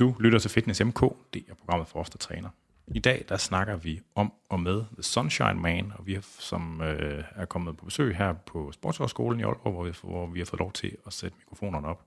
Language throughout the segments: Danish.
Du lytter til Fitness MK, det er programmet for os, der træner. I dag der snakker vi om og med The Sunshine Man, og vi er kommet på besøg her på Sportshøjskolen i Aalborg, hvor vi har fået lov til at sætte mikrofonerne op.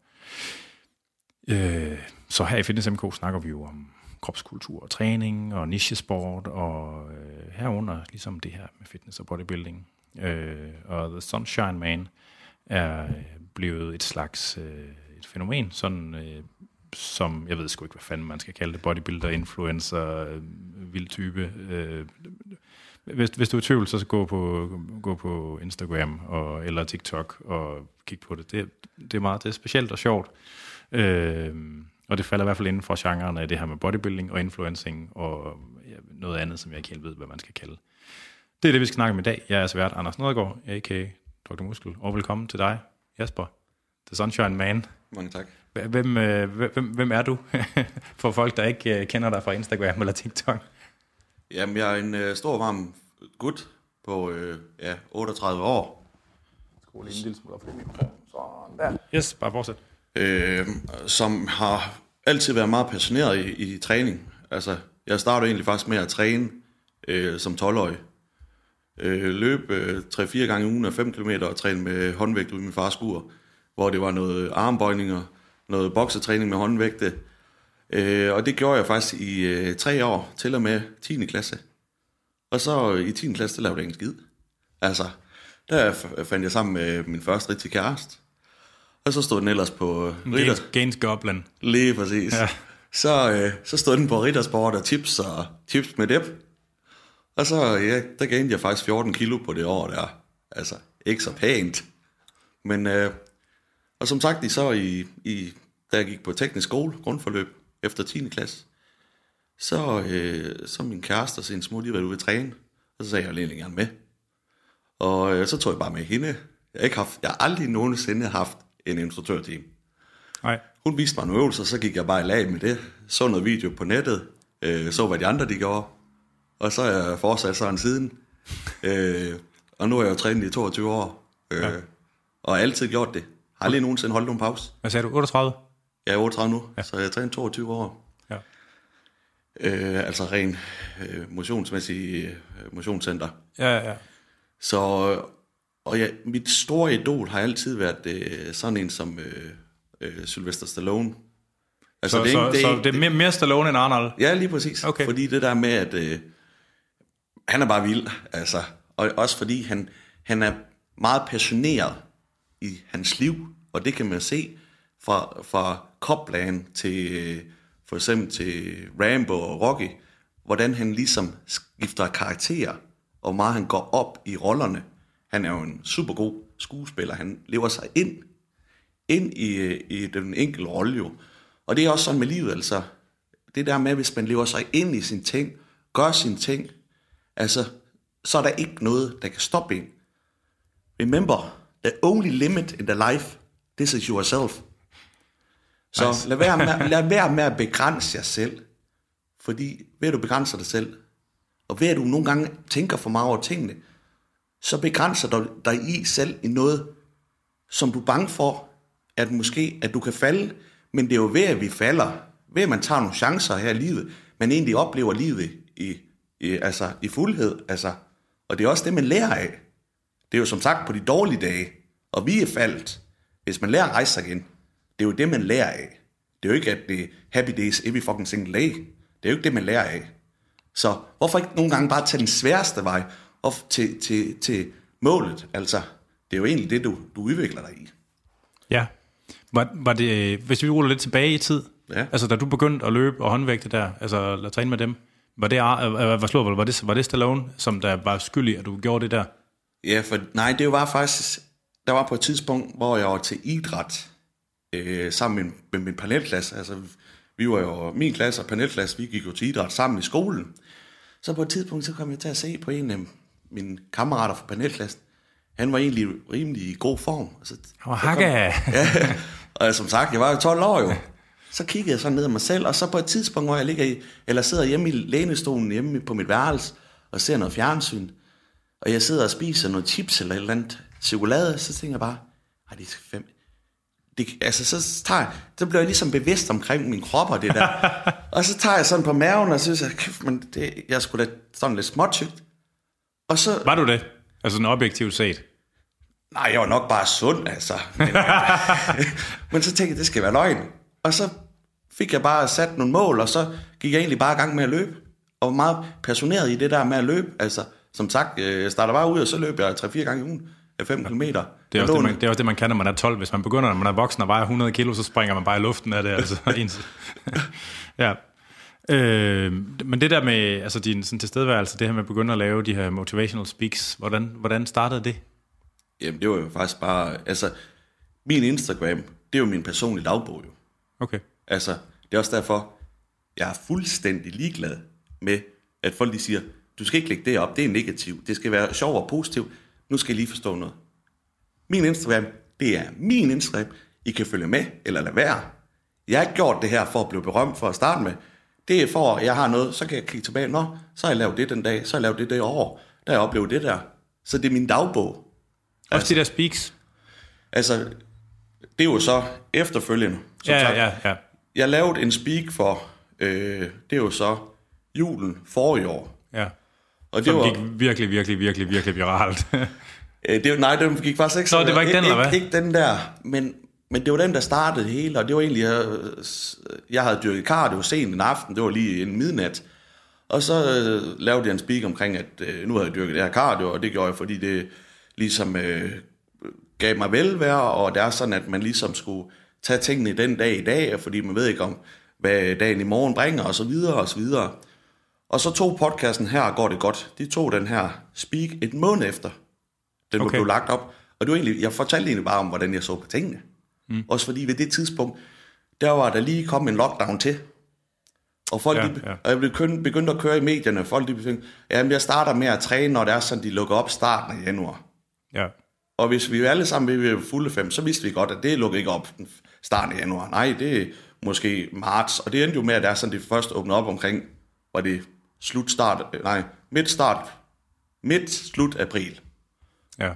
Så her i Fitness MK snakker vi jo om kropskultur og træning og nichesport, og herunder ligesom det her med fitness og bodybuilding. Og The Sunshine Man er blevet et slags et fænomen, sådan som, jeg ved sgu ikke, hvad fanden man skal kalde det, bodybuilder, influencer, vild type. Hvis du er i tvivl, så gå på Instagram eller TikTok og kig på det. Det er specielt og sjovt. Og det falder i hvert fald inden for genren af det her med bodybuilding og influencing og noget andet, som jeg ikke helt ved, hvad man skal kalde. Det er det, vi skal snakke om i dag. Jeg er svært Anders Nedergaard, a.k.a. Dr. Muskel, og velkommen til dig, Jasper, The Sunshine Man. Mange tak. Hvem er du for folk, der ikke kender dig fra Instagram eller TikTok? Jamen, jeg er en stor, varm gut på 38 år. Skru lige en lille smule op for mikrofonen. Sådan der. Yes, bare fortsæt. Som har altid været meget passioneret i træning. Altså, jeg startede egentlig faktisk med at træne som 12-årig. Løb 3-4 gange i ugen af 5 km og træne med håndvægt ude i min fars skur, hvor det var noget armbøjninger, noget boksetræning med håndvægte. Og det gjorde jeg faktisk i 3 år, til og med 10. klasse. Og så i 10. klasse, der lavede jeg ingen skid. Altså, der fandt jeg sammen med min første rigtige kæreste. Og så stod den ellers på Gaines Goblin. Lige præcis. Ja. Så stod den på Riddersport og chips med dip. Og så, der gainede jeg faktisk 14 kilo på det år der. Altså, ikke så pænt. Men, og som sagt, da jeg gik på teknisk skole, grundforløb, efter 10. klasse, så min kæreste og sin små, de var ude at træne. Og så sagde jeg lige gerne med. Og så tog jeg bare med hende. Jeg har aldrig nogensinde haft en instruktørteam. Nej. Hun viste mig nogle øvelser, så gik jeg bare i lag med det. Så noget video på nettet. Så hvad de andre de gjorde. Og så er jeg fortsat sådan siden. Og nu er jeg jo trænet i 22 år. Og har altid gjort det. Har aldrig nogensinde holdt nogen pause. Hvad sagde du? 38? Jeg er 38 nu, så jeg har trænet 22 år. Ja. Altså ren motionsmæssig motionscenter. Ja. Så, og mit store idol har altid været sådan en som Sylvester Stallone. Altså, så det er mere Stallone end Arnold? Ja, lige præcis. Okay. Fordi det der med, at han er bare vild. Altså, og også fordi han er meget passioneret i hans liv. Og det kan man se fra Copland til for eksempel til Rambo og Rocky. Hvordan han ligesom skifter karakter. Og hvor meget han går op i rollerne. Han er jo en super god skuespiller. Han lever sig ind i den enkelte rolle jo. Og det er også sådan med livet, altså. Det der med, hvis man lever sig ind i sine ting, gør sine ting, altså, så er der ikke noget, der kan stoppe en. Remember, the only limit in the life, this is yourself. Så nice. lad være med at begrænse jer selv. Fordi ved du begrænser dig selv, og ved at du nogle gange tænker for meget over tingene, så begrænser du dig i selv i noget, som du er bange for, at måske at du kan falde. Men det er jo ved, at vi falder, ved at man tager nogle chancer her i livet, man egentlig oplever livet i fuldhed. Altså. Og det er også det, man lærer af. Det er jo som sagt på de dårlige dage, og vi er faldet. Hvis man lærer at rejse sig igen, det er jo det, man lærer af. Det er jo ikke, at det er happy days every fucking single day. Det er jo ikke det, man lærer af. Så hvorfor ikke nogle gange bare tage den sværeste vej op til målet? Altså, det er jo egentlig det, du udvikler dig i. Ja. Var det, hvis vi ruller lidt tilbage i tid, altså da du begyndte at løbe og håndvægte der, altså at træne med dem, var det Stallone, som der var skyld i, at du gjorde det der? Ja, det var faktisk, der var på et tidspunkt, hvor jeg var til idræt, sammen med min panelklasse, altså vi var jo, min klasse og panelklasse, vi gik jo til idræt sammen i skolen, så på et tidspunkt, så kom jeg til at se på en af mine kammerater fra panelklassen. Han var egentlig rimelig i god form. Og som sagt, jeg var jo 12 år jo. Så kiggede jeg sådan ned af mig selv, og så på et tidspunkt, hvor jeg sidder hjemme i lænestolen hjemme på mit værelse, og ser noget fjernsyn, og jeg sidder og spiser noget chips eller et eller andet chokolade, så tænker jeg bare, så bliver jeg ligesom bevidst omkring min krop og det der. Og så tager jeg sådan på maven, og så synes jeg, kæft, men jeg skulle da sådan lidt småtygt. Og så... Var du det? Altså en objektivt set? Nej, jeg var nok bare sund, altså. Men så tænkte jeg, det skal være løgn. Og så fik jeg bare sat nogle mål, og så gik jeg egentlig bare i gang med at løbe. Og var meget passioneret i det der med at løbe. Altså, som sagt, jeg starter bare ud, og så løber jeg 3-4 gange i ugen. 5 kilometer. Det er også det, man kan, når man er 12. Hvis man begynder, når man er voksen og vejer 100 kilo, så springer man bare i luften af det. Altså. Ja. Men det der med altså din sådan tilstedeværelse, det her med at begynde at lave de her motivational speaks, hvordan startede det? Jamen, det var jo faktisk bare... Altså, min Instagram, det er jo min personlige dagbog, jo. Okay. Altså, det er også derfor, jeg er fuldstændig ligeglad med, at folk de siger, du skal ikke lægge det op, det er negativt. Det skal være sjov og positivt. Nu skal I lige forstå noget. Min Instagram, det er min Instagram. I kan følge med, eller lade være. Jeg har ikke gjort det her for at blive berømt for at starte med. Det er for, at jeg har noget, så kan jeg kigge tilbage. Nå, så har jeg lavet det den dag, så har jeg lavet det år. Der har jeg oplevet det der. Så det er min dagbog. Også de der speaks? Altså, det er jo så efterfølgende. Ja. Jeg lavede en speak for, det er jo så julen forrige år. Ja. Og det var, gik virkelig viralt. Nej, den gik faktisk ikke. Så det var ikke den, eller hvad? Ikke den der, men det var den, der startede det hele, og det var egentlig, jeg havde dyrket kar, det var sent en aften, det var lige en midnat, og så lavede jeg en speak omkring, at nu havde jeg dyrket det her kar, og det gjorde jeg, fordi det ligesom gav mig velvære, og det er sådan, at man ligesom skulle tage tingene den dag i dag, fordi man ved ikke om, hvad dagen i morgen bringer, og så videre, og så videre. Og så tog podcasten Her går det godt. De tog den her speak et måned efter, den var blevet lagt op. Og det var egentlig, jeg fortalte egentlig bare om, hvordan jeg så på tingene. Også fordi ved det tidspunkt, der var der lige kommet en lockdown til. Og folk, og jeg begyndte at køre i medierne, folk de begyndte, jamen jeg starter med at træne, når det er sådan, de lukker op starten af januar. Ja. Og hvis vi alle sammen vil fulde 5, så vidste vi godt, at det lukker ikke op starten af januar. Nej, det er måske marts, og det endte jo med, at det er sådan, de først åbner op omkring, var det midt-slut april. Ja.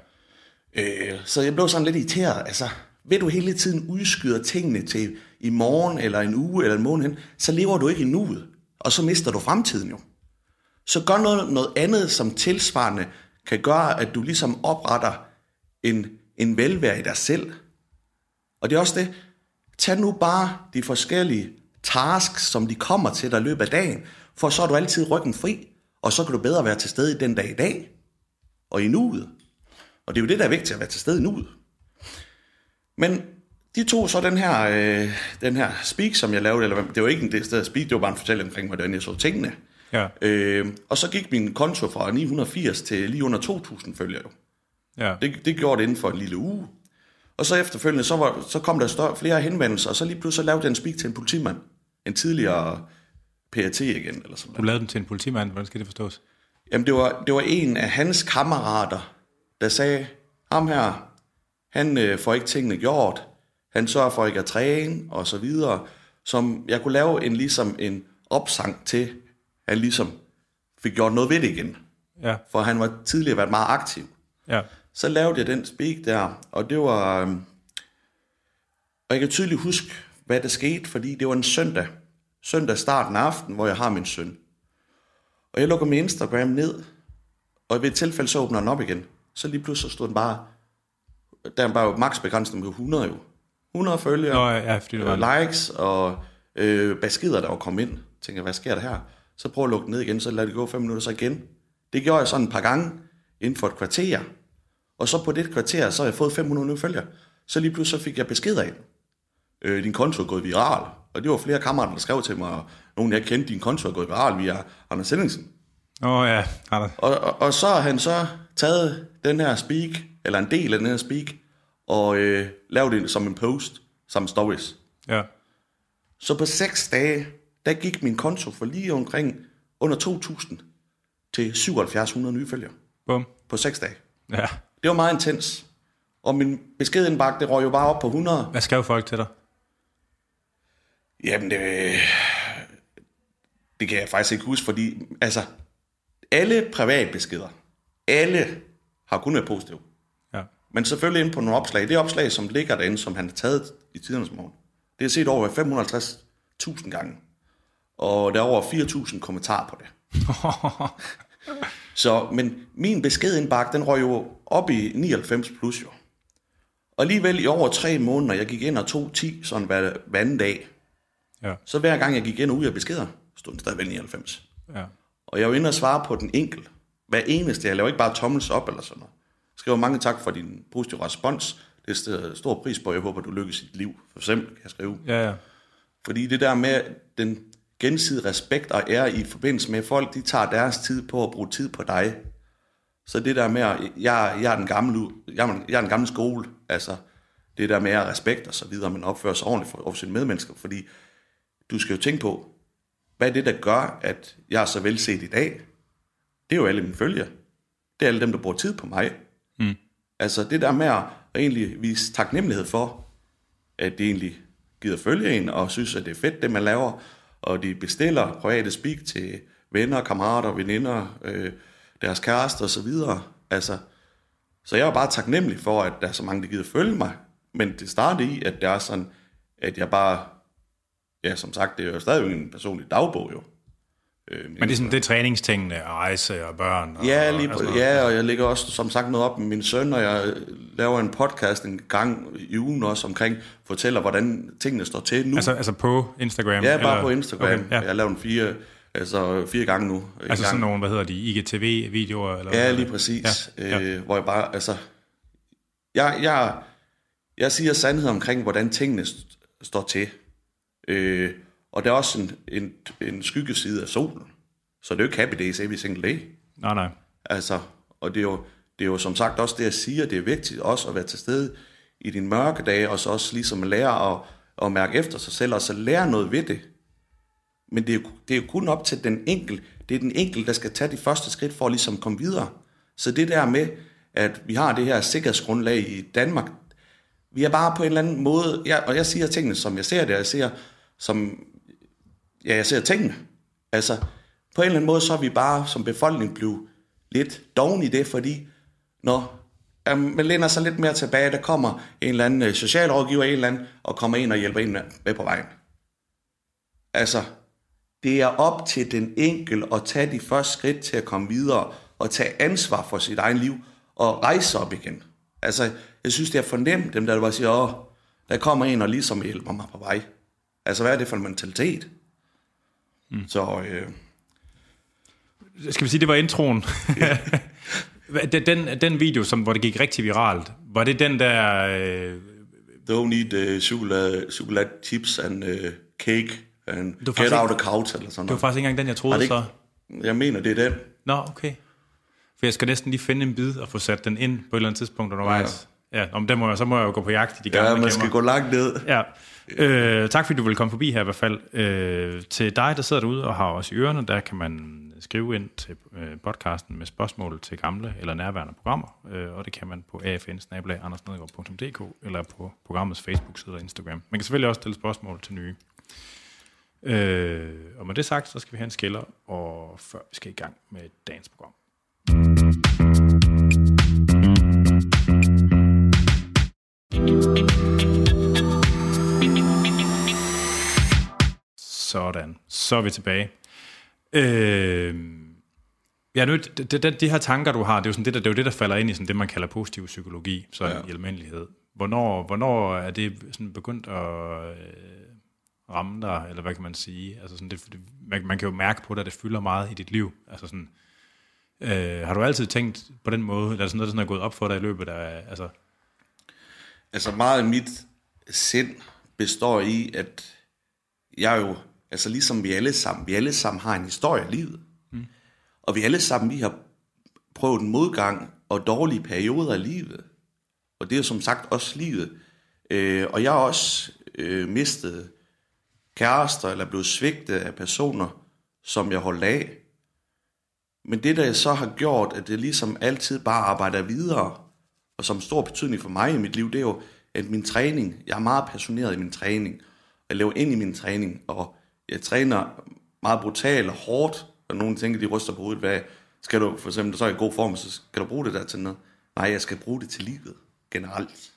Så jeg blev sådan lidt irriteret. Altså, ved du hele tiden udskyder tingene til i morgen, eller en uge, eller en måned hen, så lever du ikke i nuet, og så mister du fremtiden jo. Så gør noget andet, som tilsvarende kan gøre, at du ligesom opretter en velvære i dig selv. Og det er også det, tag nu bare de forskellige tasks, som de kommer til dig i løbet af dagen, for så er du altid ryggen fri, og så kan du bedre være til stede i den dag i dag, og i nuet. Og det er jo det, der er vigtigt, at være til stede i nuet. Men de tog så den her speak, som jeg lavede, eller det var ikke en sted speak, det var bare en fortælling omkring, hvordan jeg så tingene. Ja. Og så gik min konto fra 980 til lige under 2.000 følgere. Ja. Det gjorde det inden for en lille uge. Og så efterfølgende, så kom der flere henvendelser, og så lige pludselig lavede jeg en speak til en politimand. En tidligere PAT igen, eller sådan. Du lavede den til en politimand, hvordan skal det forstås? Jamen, det var en af hans kammerater, der sagde, ham her, han får ikke tingene gjort, han sørger for ikke at træne, og så videre, som jeg kunne lave en opsang til, han ligesom fik gjort noget ved det igen. Ja. For han var tidligere været meget aktiv. Ja. Så lavede jeg den speak der, og det var... og jeg kan tydeligt huske, hvad der skete, fordi det var en søndag starten af aften, hvor jeg har min søn. Og jeg lukker min Instagram ned, og ved et tilfælde så åbner den op igen. Så lige pludselig stod den bare... Der er bare maksbegrænsning på 100 jo. 100 følgere, likes og beskeder, der var kommet ind. Jeg tænker, hvad sker der her? Så prøv at lukke den ned igen, så lader det gå 5 minutter, så igen. Det gjorde jeg sådan et par gange inden for et kvarter. Og så på det kvarter, så har jeg fået 500 nye følgere. Så lige pludselig fik jeg beskeder ind. Din konto er gået viral. Og det var flere kammerater, der skrev til mig, og nogen jeg kendte, din konto er gået viral via Anders Sendingsen. Ja, Anders. Og så har han så taget den her speak, eller en del af den her speak, og lavet det som en post, som stories. Ja. Så på 6 dage, der gik min konto for lige omkring under 2.000 til 7700 nye følgere. Bum. På 6 dage. Ja. Det var meget intens. Og min beskedindbakke, det røg jo bare op på 100. Hvad skrev folk til dig? Jamen, det kan jeg faktisk ikke huske, fordi alle privatbeskeder, alle har kun været positive. Ja. Men selvfølgelig inde på nogle opslag. Det opslag, som ligger derinde, som han har taget i tidernes morgen, det er set over 550.000 gange. Og der er over 4.000 kommentarer på det. Så, men min beskedindbakke, den røg jo op i 99 plus jo. Og alligevel i over 3 måneder, jeg gik ind og tog 10 sådan hver anden dag. Ja. Så hver gang jeg gik ind og ud af beskeder, stod den stadigvæk 99. Ja. Og jeg var inde og svare på den enkelte. Hver eneste, jeg laver ikke bare tommels op eller sådan noget. Jeg skriver mange tak for din positive respons. Det er stor pris på, jeg håber, du lykkes i dit liv. For eksempel kan jeg skrive. Ja. Fordi det der med den gensidige respekt og ære i forbindelse med, at folk de tager deres tid på at bruge tid på dig. Så det der med, at jeg er den gamle skole, altså det der med at respekt og så videre, man opfører sig ordentligt over sine medmennesker, fordi du skal jo tænke på, hvad er det, der gør, at jeg er så velset i dag? Det er jo alle mine følgere. Det er alle dem, der bruger tid på mig. Mm. Altså det der med at egentlig vise taknemmelighed for, at de egentlig gider følge en, og synes, at det er fedt, det man laver, og de bestiller private speak til venner, kammerater, veninder, deres kærester og så videre. Altså, så jeg er bare taknemmelig for, at der er så mange, der gider følge mig, men det startede i, at det er sådan, at jeg bare, ja som sagt, det er jo stadig en personlig dagbog jo. Men det er sådan, det er træningstingene, rejse og børn. Og, ja, og jeg lægger også som sagt noget op med min søn, og jeg laver en podcast en gang i ugen også omkring, fortæller, hvordan tingene står til nu. Altså på Instagram? Ja, bare på Instagram. Okay, ja. Jeg har lavet 4 gange nu. Altså sådan nogle, hvad hedder de, IGTV-videoer? Eller ja, lige præcis. Ja. Hvor jeg bare, altså, jeg siger sandhed omkring, hvordan tingene står til. Og der er også en skyggeside af solen. Så det er jo ikke happy days every single day. Nej. Altså, og det er jo som sagt også det, jeg siger, det er vigtigt også at være til stede i dine mørke dage, og så også ligesom at lære at mærke efter sig selv, og så lære noget ved det. Men det er jo kun op til den enkelte. Det er den enkelte, der skal tage de første skridt for at ligesom komme videre. Så det der med, at vi har det her sikkerhedsgrundlag i Danmark, vi er bare på en eller anden måde, og jeg siger tingene, som jeg ser det, jeg ser tingene. Altså, på en eller anden måde, så er vi bare som befolkning blevet lidt doven i det, fordi når man læner sig lidt mere tilbage, der kommer en eller anden socialrådgiver, en eller anden, og kommer ind og hjælper en med på vejen. Altså, det er op til den enkelte at tage de første skridt til at komme videre, og tage ansvar for sit egen liv, og rejse op igen. Altså, jeg synes, det er fornemt, dem der bare siger, der kommer en og ligesom hjælper mig på vej. Altså, hvad er det for en mentalitet? Så, skal vi sige, det var introen? den video, hvor det gik rigtig viralt, var det den der... Don't eat chocolate chips and cake and get out of couch, eller sådan noget. Det var faktisk ikke engang den, jeg troede så. Jeg mener, det er den. Nå, okay. For jeg skal næsten lige finde en bid og få sat den ind på et eller andet tidspunkt undervejs. Ja, så må jeg jo gå på jagt i de gamle. Ja, man skal gå langt ned. Ja. Tak fordi du vil komme forbi her i hvert fald. Til dig, der sidder derude og har os i ørerne, der kan man skrive ind til podcasten med spørgsmål til gamle eller nærværende programmer, og det kan man på afn@andersnedegaard.dk eller på programmets Facebook-side og Instagram. Man kan selvfølgelig også stille spørgsmål til nye. Og med det sagt, så skal vi have en skiller, og før vi skal i gang med dagens program. Sådan, så er vi tilbage. De her tanker, du har, det er jo det, der falder ind i sådan det, man kalder positiv psykologi, så i almindelighed. Hvornår er det sådan begyndt at ramme dig, eller hvad kan man sige? Altså sådan man kan jo mærke på dig, at det fylder meget i dit liv. Altså sådan, har du altid tænkt på den måde, eller er det sådan noget, der sådan er gået op for dig i løbet af... Altså meget af mit sind består i, at jeg jo, altså ligesom vi alle sammen har en historie i livet. Og vi alle sammen, vi har prøvet en modgang og dårlige perioder af livet. Og det er som sagt også livet. Og jeg har også mistet kærester, eller blevet svigtet af personer, som jeg holdt af. Men det, der jeg så har gjort, at det ligesom altid bare arbejder videre, og som stor betydning for mig i mit liv, det er jo, at min træning, jeg er meget passioneret i min træning. Jeg lever ind i min træning, og jeg træner meget brutalt og hårdt, og nogle tænker, de ryster på hovedet, hvad skal du for eksempel, så er i god form, så skal du bruge det der til noget? Nej, jeg skal bruge det til livet. generelt.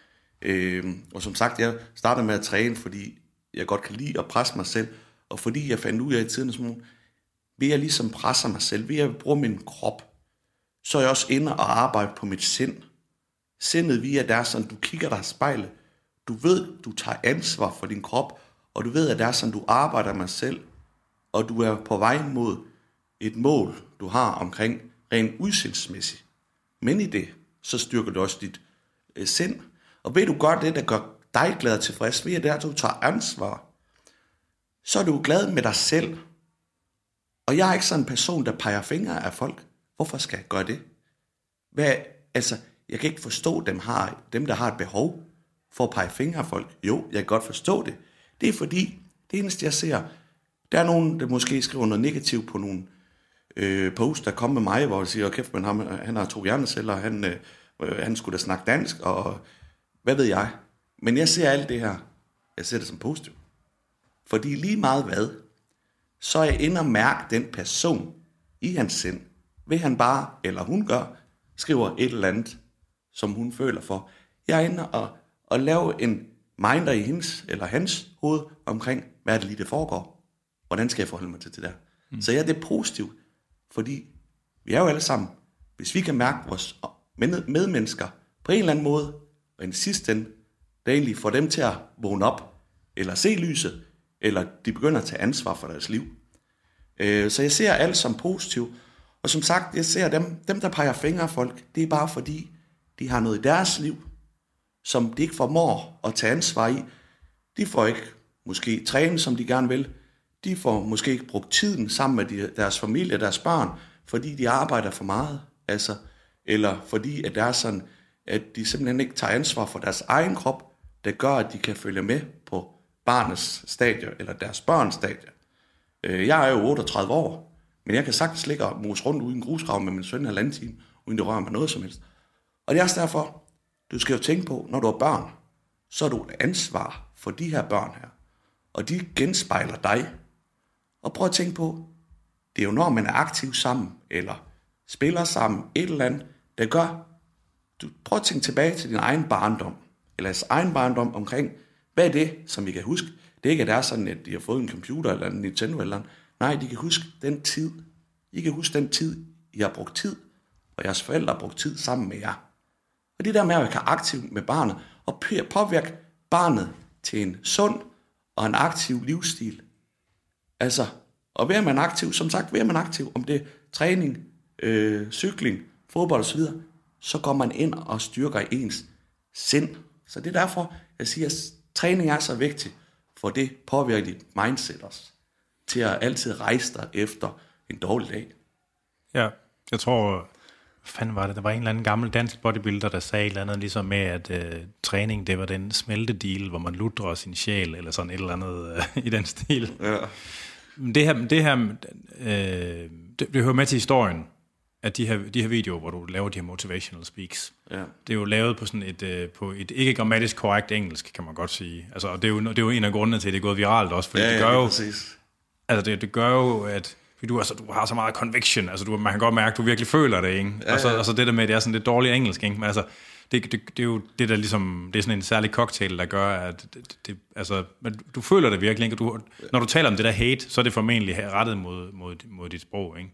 Og som sagt, jeg startede med at træne, fordi jeg godt kan lide at presse mig selv, og fordi jeg fandt ud af i tiden, ved jeg ligesom presser mig selv, ved jeg bruge min krop, så er jeg også inde og arbejde på mit sind. Sindet via der er sådan, du kigger dig i spejlet, du ved, du tager ansvar for din krop, og du ved, at det er sådan, du arbejder med selv, og du er på vej mod et mål, du har omkring rent udsigtsmæssigt. Men i det, så styrker du også dit sind. Og ved du godt det, der gør dig glad og tilfreds, ved at det er, at du tager ansvar, så er du glad med dig selv. Og jeg er ikke sådan en person, der peger fingre af folk. Hvorfor skal jeg gøre det? Jeg kan ikke forstå dem, der har et behov for at pege fingre af folk. Jo, jeg kan godt forstå det. Det er fordi, det eneste jeg ser, der er nogen, der måske skriver noget negativt på nogle post, der kommer med mig, hvor de siger, kæft, men han har 2 hjerneceller, han skulle da snakke dansk, og hvad ved jeg. Men jeg ser alt det her, jeg ser det som positivt. Fordi lige meget hvad, så er jeg inde og mærke den person i hans sind, ved han bare, eller hun gør, skriver et eller andet, som hun føler for. Jeg er inde og lave en minder i hendes eller hans hoved omkring, hvad er det lige, det foregår. Hvordan skal jeg forholde mig til det der? Så det er positivt, fordi vi er jo alle sammen, hvis vi kan mærke vores medmennesker på en eller anden måde, og en sidste ende, der egentlig får dem til at vågne op, eller se lyset, eller de begynder at tage ansvar for deres liv. Så jeg ser alt som positivt, og som sagt, jeg ser dem der peger fingre af folk, det er bare fordi, de har noget i deres liv, som de ikke formår at tage ansvar i. De får ikke måske træne, som de gerne vil. De får måske ikke brugt tiden sammen med deres familie og deres børn, fordi de arbejder for meget. Eller fordi at det er sådan, at de simpelthen ikke tager ansvar for deres egen krop, der gør, at de kan følge med på barnets stadie, eller deres børns stadie. Jeg er jo 38 år, men jeg kan sagtens ligge og mose rundt ude i en grusgrav med min søn 1,5 time, uden det rører mig noget som helst. Og det er også derfor, du skal jo tænke på, når du har børn, så er du et ansvar for de her børn her. Og de genspejler dig. Og prøv at tænke på, det er jo når man er aktiv sammen, eller spiller sammen, et eller andet, der gør, du prøv at tænke tilbage til din egen barndom, eller jeres egen barndom omkring, hvad er det, som I kan huske? Det er ikke, at det er sådan, at de har fået en computer, eller en Nintendo, eller andet. Nej, de kan huske den tid. I kan huske den tid, I har brugt tid, og jeres forældre har brugt tid sammen med jer. Og det der med at være aktiv med barnet, og påvirke barnet til en sund og en aktiv livsstil. Og være man aktiv, som sagt, være man aktiv, om det er træning, cykling, fodbold osv., så går man ind og styrker ens sind. Så det er derfor, jeg siger, at træning er så vigtig, for det påvirker dit mindset også, til at altid rejse dig efter en dårlig dag. Ja, jeg tror, fanden var det? Der var en eller anden gammel dansk bodybuilder, der sagde et eller andet ligesom med, at træning, det var den smeltedeal, hvor man lutrer sin sjæl, eller sådan et eller andet i den stil. Ja. Det hører med til historien, at de her videoer, hvor du laver de her motivational speaks, det er jo lavet på sådan på et ikke grammatisk korrekt engelsk, kan man godt sige. Og det er jo en af grundene til, at det er gået viralt også, fordi det gør jo, det gør jo, at du har så meget conviction, man kan godt mærke, at du virkelig føler det, ikke? Og så det der med, det er sådan lidt dårligt engelsk, ikke? Men det er jo det der ligesom, det er sådan en særlig cocktail, der gør, at du føler det virkelig, ikke? Når du taler om det der hate, så er det formentlig rettet mod dit sprog, ikke?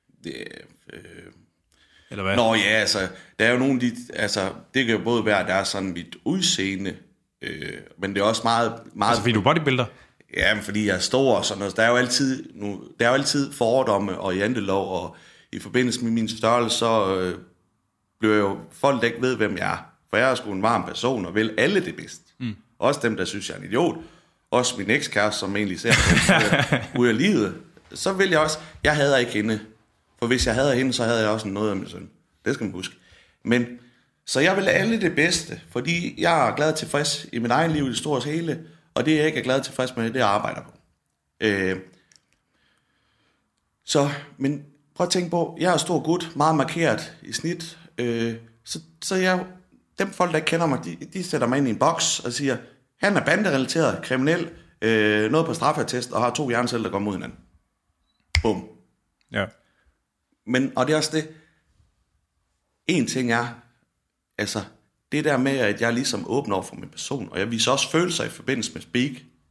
Eller hvad? Nå ja, der er jo nogle det kan jo både være, at der er sådan mit udseende, men det er også meget fordi du er bodybuilder? Ja, men fordi jeg er stor og sådan noget. Der er jo altid fordomme og jantelov, og i forbindelse med min størrelse, så bliver jo folk, der ikke ved, hvem jeg er. For jeg er sgu en varm person, og vil alle det bedste. Også dem, der synes, jeg er en idiot. Også min ekskæreste, som egentlig ser ud af livet. Så vil jeg også, jeg hader ikke hende. For hvis jeg hader hende, så havde jeg også noget af min søn. Det skal man huske. Så jeg vil alle det bedste, fordi jeg er glad og tilfreds i mit egen liv i det store hele, og det jeg ikke er glad og tilfreds med, det jeg arbejder på. Men prøv at tænke på, jeg er stor gut, meget markeret i snit, dem folk, der ikke kender mig, de sætter mig ind i en boks og siger, han er banderelateret, kriminel, noget på straffeattest, og har 2 hjerneceller, der går mod hinanden. Bum. Ja. Og det er også det. En ting er, det der med, at jeg ligesom åbner over for min person, og jeg viser også følelser i forbindelse med speak.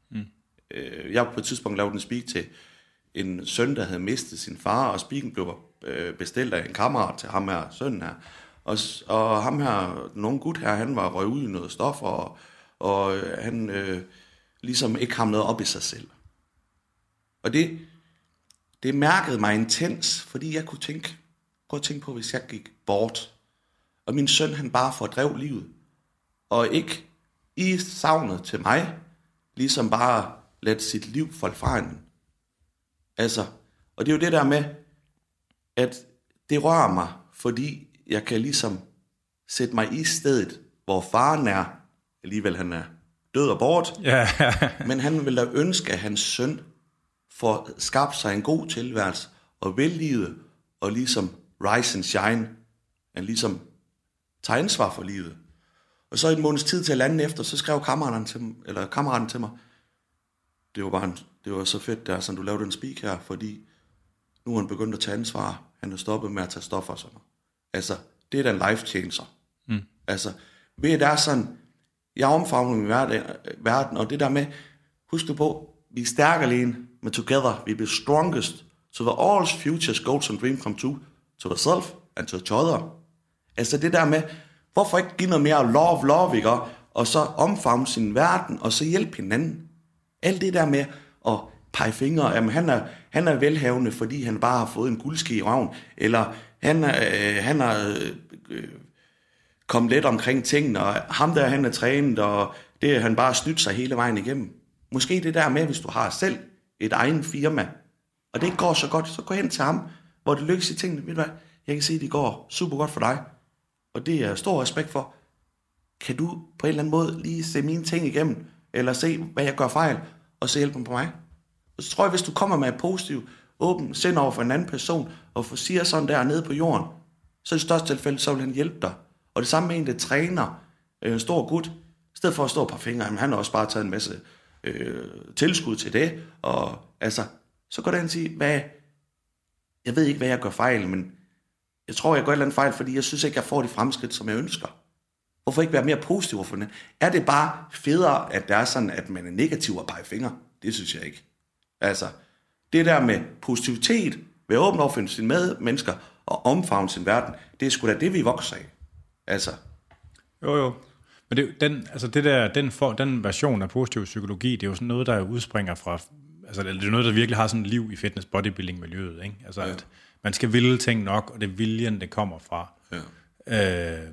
Jeg på et tidspunkt lavede en speak til en søn, der havde mistet sin far, og speaken blev bestilt af en kammerat til ham her, sønnen her. Og ham her, nogen gut her, han var røget ud i noget stof, og han ligesom ikke ham noget op i sig selv. Og det mærkede mig intens, fordi jeg kunne prøve at tænke på, hvis jeg gik bort, og min søn, han bare fordrev livet, og ikke i savnet til mig, ligesom bare lade sit liv falde fra hende. Altså, og det er jo det der med, at det rører mig, fordi jeg kan ligesom sætte mig i stedet, hvor faren er, alligevel han er død og bort, men han vil da ønske, at hans søn får skabt sig en god tilværelse, og vil livet, og ligesom rise and shine, han ligesom tager ansvar for livet. Og så en måneds tid til lande efter, så skrev kammeraten til mig, det var så fedt, der, sådan du lavede en speak her, fordi nu er han begyndt at tage ansvar, han er stoppet med at tage stoffer og sådan noget. Altså, det er da en life changer. Altså, ved at der er sådan, jeg omfavner min verden, og det der med, husk du på, vi er stærke alene, men together, we be strongest, so that all futures, goals and dreams come true, to ourselves and to each other. Altså det der med, hvorfor ikke give noget mere love, ikke? Og så omfavne sin verden, og så hjælpe hinanden. Alt det der med at pege fingre, jamen han er velhavende, fordi han bare har fået en guldske i røven, eller han har kommet let omkring tingene, og ham der, han er trænet, og det er han bare snydt sig hele vejen igennem. Måske det der med, hvis du har selv et egen firma, og det ikke går så godt, så gå hen til ham, hvor det lykkes i tingene. Ved du hvad, jeg kan se, at det går super godt for dig, og det er stor respekt for. Kan du på en eller anden måde lige se mine ting igennem, eller se, hvad jeg gør fejl, og så hjælpe dem på mig? Og så tror jeg, hvis du kommer med et positivt, åbent sind over for en anden person, og siger sådan der nede på jorden, så i største tilfælde, så vil han hjælpe dig. Og det samme med en, der træner en stor gut, i stedet for at stå på fingre, han har også bare taget en masse tilskud til det, og altså, så går det hen og siger, jeg ved ikke, hvad jeg gør fejl, men jeg tror, jeg gør et eller andet fejl, fordi jeg synes ikke, jeg får de fremskridt, som jeg ønsker. Hvorfor ikke være mere positiv for det? Er det bare federe, at det er sådan, at man er negativ og peger fingre? Det synes jeg ikke. Altså, det der med positivitet, ved at åbne over for sine medmennesker og omfavne sin verden, det er sgu da det, vi vokser af. Altså. Jo. Men den version af positiv psykologi, det er jo sådan noget, der udspringer fra, altså det er noget, der virkelig har sådan et liv i fitness bodybuilding miljøet, ikke? Altså at man skal ville ting nok, og det er viljen, det kommer fra. Ja.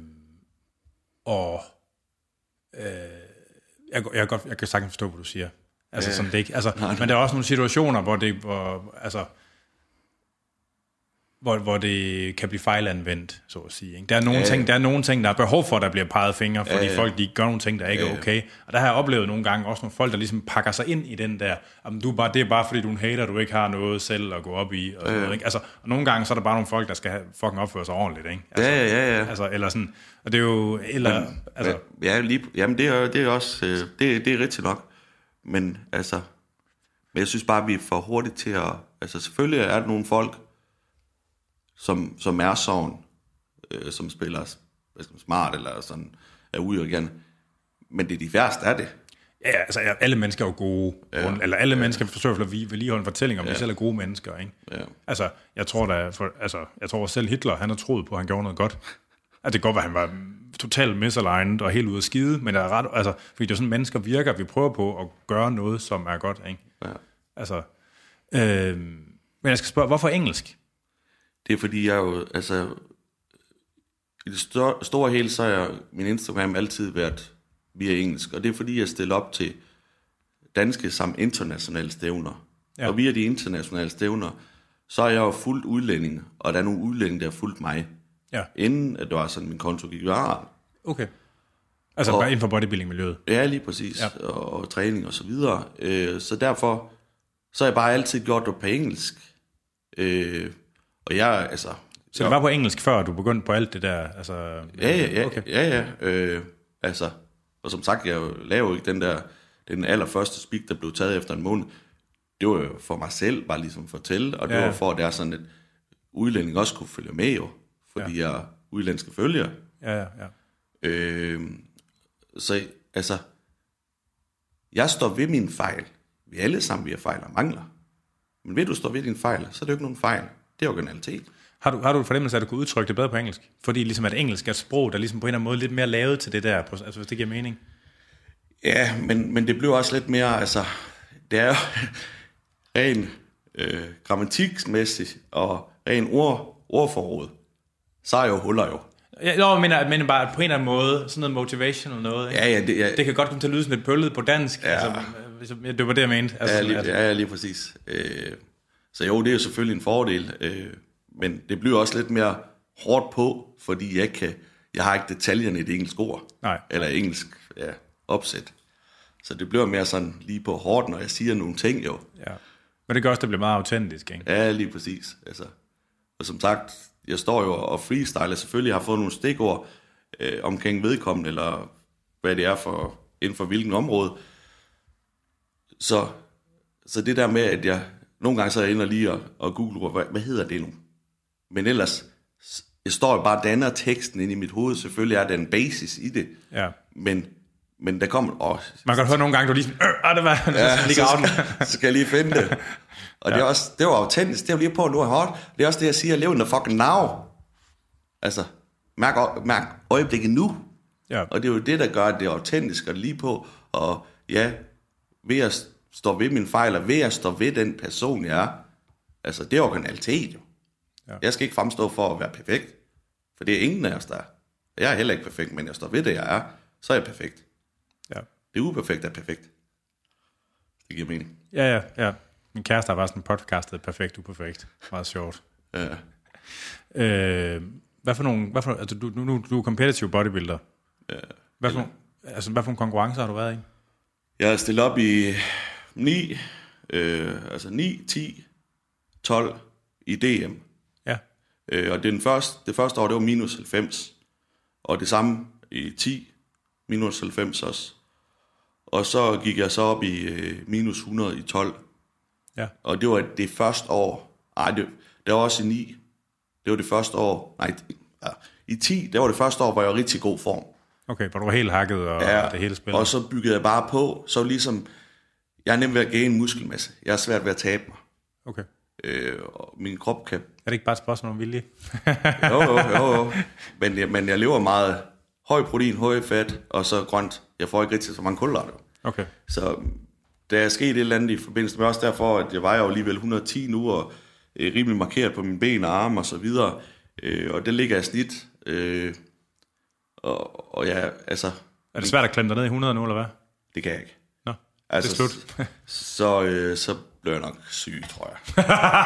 Jeg kan sagtens forstå, hvad du siger. Altså sådan det ikke. Altså, men der er også nogle situationer, hvor det kan blive fejlanvendt, så at sige. Ikke? Der er nogle ting, der er behov for, der bliver peget fingre, fordi folk de gør nogle ting, der ikke er okay. Og der har jeg oplevet nogle gange også nogle folk, der ligesom pakker sig ind i den der, det er bare fordi du er en hater, du ikke har noget selv at gå op i. Og noget, ikke? Altså, og nogle gange så er der bare nogle folk, der skal fucking opføre sig ordentligt. Ikke? Altså, altså, eller sådan, og det er jo... Jamen det er også... det er rigtigt nok. Men altså... Men jeg synes bare, vi er for hurtigt til at... Altså selvfølgelig er der nogle folk, som er sådan, som spiller smart, eller sådan, er ude igen. Men det er de værste af det. Ja, altså alle mennesker er jo gode. Eller alle mennesker forsøger at vedligeholde en fortælling om, de selv er gode mennesker, ikke? Ja. Altså, jeg tror selv Hitler, han har troet på, at han gjorde noget godt. Altså, det kan godt være, han var totalt misaligned og helt ude af skide, men det er ret, altså, fordi det er sådan, mennesker virker, vi prøver på at gøre noget, som er godt, ikke? Ja. Altså, men jeg skal spørge, hvorfor engelsk? Det er fordi, jeg jo, altså, i det store hele, så har min Instagram altid været via engelsk, og det er fordi, jeg stiller op til danske samt internationale stævner. Ja. Og via de internationale stævner, så er jeg jo fuldt udlænding, og der er nogle udlændinge, der har fulgt mig. Ja. Inden at det var sådan, min konto gik viralt. Okay. Altså bare inden for bodybuilding-miljøet? Ja, lige præcis. Ja. Og træning og så videre. Så derfor, så har jeg bare altid gjort det på engelsk. Og jeg, altså... Så det var på engelsk, før du begyndte på alt det der? Altså, ja. Okay. Ja. Altså, og som sagt, jeg lavede ikke den allerførste speak, der blev taget efter en måned. Det var jo for mig selv, bare ligesom at fortælle, og det var for, at det er sådan, at udlænding også kunne følge med jo, fordi jeg er udlandske følger. Ja. Så altså, jeg står ved min fejl. Vi alle sammen vi har fejl og mangler. Men ved du står ved din fejl, så er det jo ikke nogen fejl. Det er originalitet. Har du en fornemmelse af, at du kunne udtrykke det bedre på engelsk? Fordi ligesom at engelsk er et sprog, der ligesom på en eller anden måde lidt mere lavet til det der, altså hvis det giver mening. Ja, men det bliver også lidt mere, altså, det er jo ren grammatiksmæssigt og ren ordforråd. Så er jo huller jo. Ja, men bare på en eller anden måde, sådan noget motivational noget. Ikke? Ja, det kan godt komme til at lyde sådan lidt pøllet på dansk. Ja. Altså, det var det, jeg mente. Altså, lige præcis. Så jo, det er jo selvfølgelig en fordel, men det bliver også lidt mere hårdt på, fordi jeg har ikke detaljerne i det engelske ord. Nej. Eller engelsk opsæt. Så det bliver mere sådan lige på hårdt, når jeg siger nogle ting jo. Ja. Men det gør også, det bliver meget autentisk, ikke? Ja, lige præcis. Altså, og som sagt, jeg står jo og freestyler. Selvfølgelig har fået nogle stikord omkring vedkommende, eller hvad det er for, inden for hvilken område. Så det der med, at jeg nogle gange så er jeg inde og lige og google, hvad hedder det nu? Men ellers, jeg står jo bare danner teksten ind i mit hoved. Selvfølgelig er der en basis i det. Ja. Men der kommer... Man kan høre nogle gange, du lige sådan... det var... så skal jeg lige finde det. Og det var autentisk. Det er jo lige på, nu er hårdt. Det er også det, jeg siger, live in the fucking now. Altså, mærk øjeblikket nu. Ja. Og det er jo det, der gør, at det er autentisk og lige på. Og ja, ved at stå ved min fejl, og ved at stå ved den person, jeg er. Altså, det er originalitet jo. Ja. Jeg skal ikke fremstå for at være perfekt. For det er ingen af os, der er. Jeg er heller ikke perfekt, men jeg står ved det, jeg er. Så er jeg perfekt. Ja. Det uperfekt er perfekt. Det giver mening. Ja. Min kæreste har bare sådan en podcast, der er perfekt, uperfekt. Meget sjovt. Ja. Hvad for nogle, altså du er competitive bodybuilder. Ja. Hvad for nogle konkurrencer har du været i? Jeg har stillet op i 9, 10, 12 i DM. Ja. Og det første år, det var minus 90. Og det samme i 10, minus 90 også. Og så gik jeg så op i minus 100 i 12. Ja. Og det var det første år. Det var også i 9. Det var det første år. I 10, det var det første år, hvor jeg var i rigtig god form. Okay, hvor du var helt hakket og det hele spillet. Og så byggede jeg bare på. Så ligesom, jeg er nemt ved at gaine muskelmasse. Jeg er svært ved at tabe mig. Okay. Og min krop kan... Er det ikke bare et spørgsmål om vilje? jo. Men jeg lever meget høj protein, høj fedt, og så grønt. Jeg får ikke rigtig så mange kulhydrater. Okay. Så der er sket et eller andet i forbindelse med også derfor, at jeg vejer jo alligevel 110 nu, og rimelig markeret på mine ben og arme og så videre. Og det ligger i snit. Og ja, altså... Er det svært at klemme dig ned i 100 nu, eller hvad? Det kan jeg ikke. Nå, altså, det er slut. så bliver jeg nok syg, tror jeg.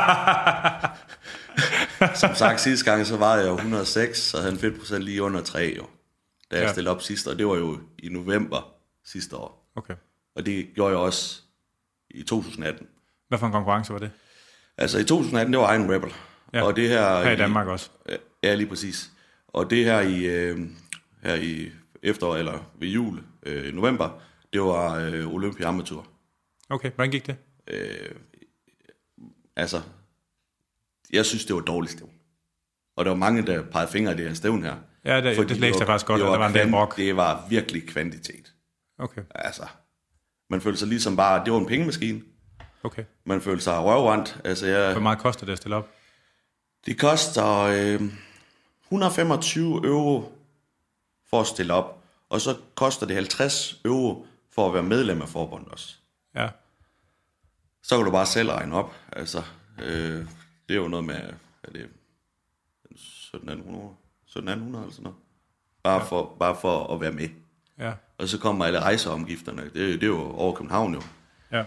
Som sagt, sidste gang, så vejede jeg jo 106, så havde en fedtprocent lige under 3 jo. Da jeg stillede op sidst, og det var jo i november sidste år. Okay. Og det gjorde jeg også i 2018. Hvad for en konkurrence var det? Altså i 2018, det var Iron Rebel. Ja. Og det her i Danmark også. Ja, lige præcis. Og det her i efterår, eller ved jul, november, det var Olympia Amateur. Okay, hvordan gik det? Altså, jeg synes, det var dårligt stævn. Og der var mange, der pegede fingre i det her stævn her. Ja, det læste jeg faktisk godt, og der var en del brok. Det var virkelig kvantitet. Okay. Altså, man følte sig ligesom bare, det var en pengemaskine. Okay. Man følte sig røvrendt. Altså, hvor meget koster det at stille op? Det koster 125 euro for at stille op. Og så koster det 50 euro for at være medlem af forbundet også. Ja. Så kan du bare selv regne op. Altså, det er jo noget med, er det 1700 eller sådan noget. Bare for at være med. Ja. Og så kommer alle rejseomgifterne. Det er jo over København jo. Ja.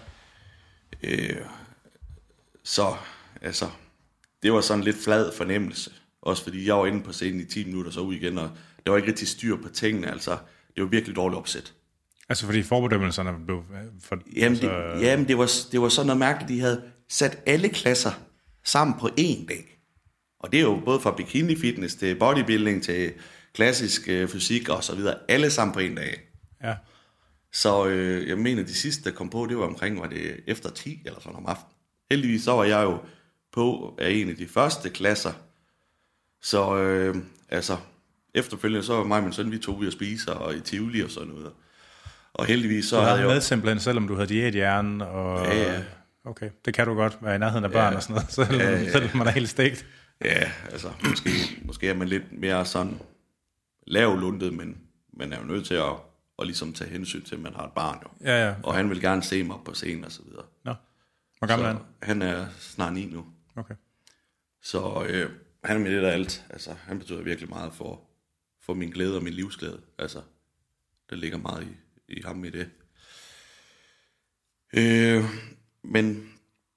Så, altså, det var sådan en lidt flad fornemmelse. Også fordi jeg var inde på scenen i 10 minutter, så ud igen, og der var ikke rigtig styr på tingene. Altså, det var virkelig dårligt opsæt. Altså fordi forbedømmelserne blev... Jamen, det var sådan noget mærkeligt, de havde sat alle klasser sammen på én dag. Og det er jo både fra bikini fitness til bodybuilding til klassisk fysik og så videre. Alle sammen på én dag. Ja. Så jeg mener, de sidste, der kom på, det var omkring, var det efter 10 eller sådan om aftenen. Heldigvis så var jeg jo på af en af de første klasser. Så altså, efterfølgende, så var mig og min søn, vi tog ud at spise, og i Tivoli og sådan noget. Og heldigvis så du havde havde jeg jo... med simpelthen, selvom du havde diæthjernen, og... Ja. Okay, det kan du godt være i nærheden af børn og sådan noget, selvom man er helt stegt. Ja, altså, måske er man lidt mere sådan lavlundet, men man er jo nødt til at ligesom tage hensyn til, at man har et barn jo. Ja. Og han vil gerne se mig på scenen og så videre. Nå, hvor gammel er han? Han er snart 9 nu. Okay. Så han er med lidt af alt. Altså, han betyder virkelig meget for min glæde og min livsglæde. Altså, der ligger meget i ham i det. Men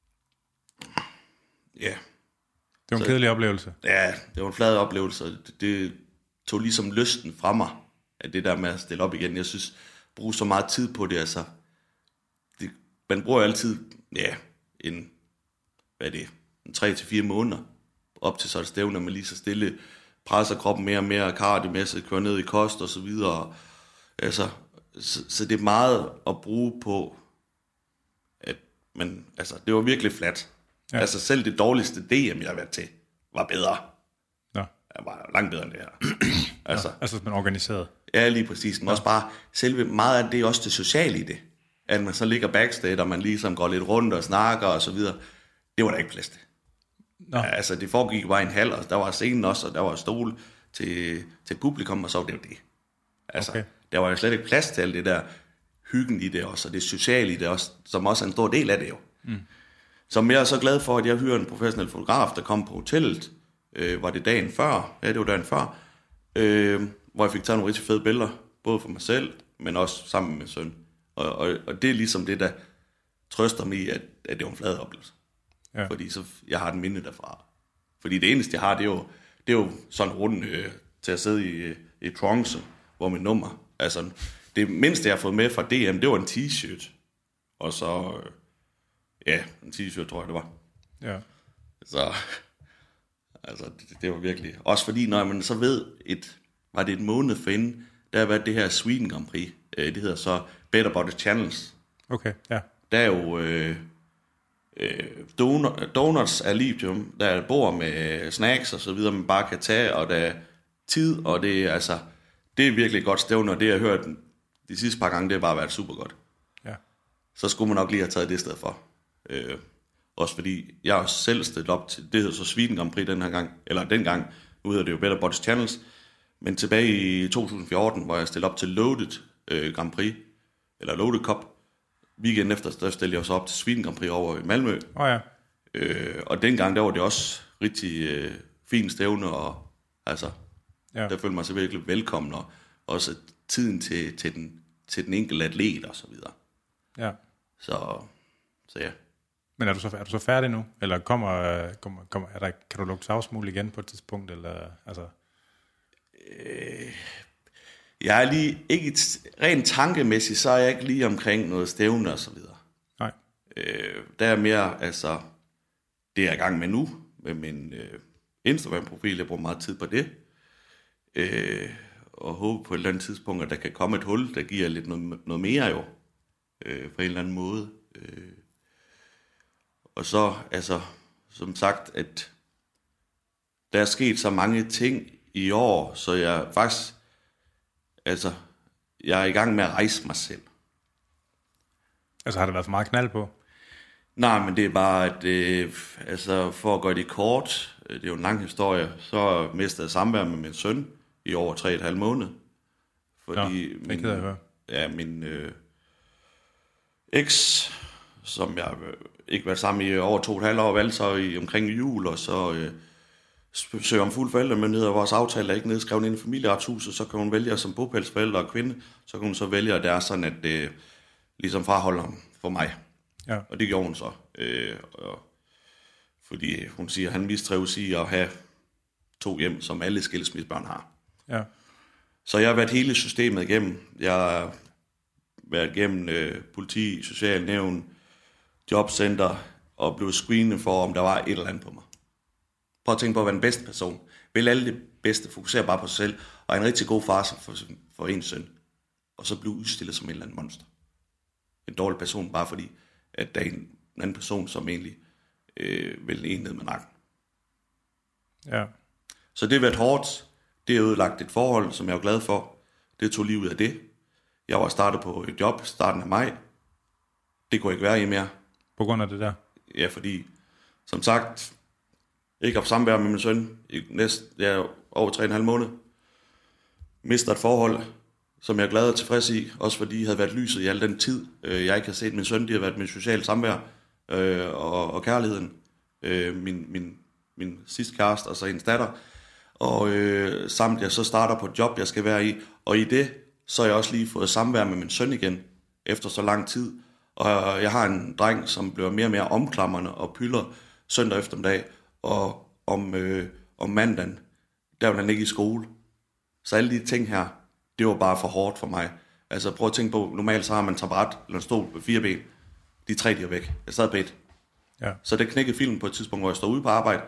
ja. Det var en kedelig oplevelse. Ja, det var en flad oplevelse. Det tog ligesom lysten fra mig, at det der med at stille op igen. Jeg synes, bruge så meget tid på det, altså. Man bruger altid, en 3-4 måneder op til sådan et stævne, når man lige så stille presser kroppen mere og mere, kardiomæssigt, kører ned i kost og så videre. Altså, så det er meget at bruge på, at man, altså, det var virkelig flat. Ja. Altså, selv det dårligste DM, jeg har været til, var bedre. Ja. Jeg var langt bedre end det her. Altså, man organiseret. Ja, lige præcis. Men også bare, selve meget af det er også det sociale i det. At man så ligger backstage, og man ligesom går lidt rundt og snakker og så videre. Det var der ikke plads til. Ja, altså, det foregik bare i en hal, og der var scenen også, og der var stol til publikum, og så var det jo det. Altså, okay. Der var jo slet ikke plads til alt det der hyggen i det også, og det sociale i det også, som også er en stor del af det jo. Mm. Så jeg er så glad for, at jeg hyrede en professionel fotograf, der kom på hotellet. Var det dagen før? Ja, det var dagen før. Hvor jeg fik taget nogle rigtig fede billeder, både for mig selv, men også sammen med min søn. Og det er ligesom det, der trøster mig i, at det var en flad oplevelse. Ja. Fordi så jeg har den minde derfra. Fordi det eneste, jeg har, det er jo sådan rundt til at sidde i trunks, hvor mit nummer. Altså, det mindste, jeg har fået med fra DM, det var en t-shirt. Og så, en t-shirt, tror jeg, det var. Ja. Så, altså, det var virkelig... Også fordi, når man så ved, var det et måned forinden, der har været det her Sweden Grand Prix. Det hedder så Better Body Challenge. Okay, ja. Der er jo donuts af lithium, der er bord med snacks og så videre, man bare kan tage, og der er tid, og det er altså, det er virkelig godt stævne, og det jeg har hørt de sidste par gange, det har bare været super godt. Ja. Så skulle man nok lige have taget det i stedet for. Også fordi jeg har selv stillet op til, det hedder så Sweden Grand Prix dengang, nu hedder det jo Better Body Challenge, men tilbage i 2014, hvor jeg stillede op til Loaded Grand Prix, eller Loaded Cup, weekenden efter, der stillede jeg så op til Sweden Grand Prix over i Malmø. Ja. Og dengang, der var det også rigtig fint stævne, og altså, der følte man sig virkelig velkommen, og også tiden til den enkelte atlet, og så videre. Ja. Så ja. Men er du så færdig nu? Eller kan du lukke savsmul igen på et tidspunkt? Eller, altså? Jeg er lige, ikke rent tankemæssigt, så er jeg ikke lige omkring noget stævne og så videre. Nej. Der er mere, altså, det er jeg i gang med nu, med min Instagram-profil, jeg bruger meget tid på det, og håber på et eller andet tidspunkt, at der kan komme et hul, der giver lidt noget mere jo, på en eller anden måde. Og så, altså, som sagt, at der er sket så mange ting i år, så jeg faktisk, altså, jeg er i gang med at rejse mig selv. Altså har der været for meget knald på? Nej, men det er bare, at altså, for at gøre det kort, det er jo en lang historie, så mistede jeg samvær med min søn i over 3,5 måneder. Fordi det kan jeg høre. Ja, min eks, som jeg ikke været sammen i over 2,5 år, valgte så omkring jul, og så søger om fuld forældremyndighed, og vores aftale er ikke nedskrevet ind i familieretshuset, så kan hun vælge som bopælsforælder og kvinde, så kan hun så vælge, at det er sådan, at det ligesom fraholder ham for mig. Ja. Og det gjorde hun så. Fordi hun siger, at han mistrives i at have 2 hjem, som alle skilsmissebørn har. Ja. Så jeg har været hele systemet igennem. Jeg har været igennem politi, socialnævn, jobcenter, og blev screenet for, om der var et eller andet på mig. Prøv at tænke på at være den bedste person. Vil alle det bedste, fokusere bare på sig selv, og en rigtig god far for ens søn. Og så blive udstillet som en eller anden monster. En dårlig person, bare fordi, at der er en anden person, som egentlig vil en ned med nakken. Ja. Så det har været hårdt. Det er ødelagt et forhold, som jeg er glad for. Det tog livet af det. Jeg var startet på et job starten af maj. Det kunne ikke være i mere. På grund af det der? Ja, fordi, som sagt, ikke haft samvær med min søn i over 3,5 måneder. Mister et forhold, som jeg er glad og tilfreds i. Også fordi jeg havde været lyset i al den tid. Jeg ikke har set min søn. Det har været min sociale samvær og kærligheden. Min sidste kæreste og så hendes datter. Og samt jeg så starter på et job, jeg skal være i. Og i det, så har jeg også lige fået samvær med min søn igen, efter så lang tid. Og jeg har en dreng, som bliver mere og mere omklamrende og pylder søndag eftermiddag. Og om mandagen, der var han ikke i skole. Så alle de ting her, det var bare for hårdt for mig. Altså prøv at tænke på, normalt så har man en taburet eller en stol med 4 ben. De 3, de er væk. Jeg sad på et. Ja. Så det knækkede filmen på et tidspunkt, hvor jeg står ude på arbejde.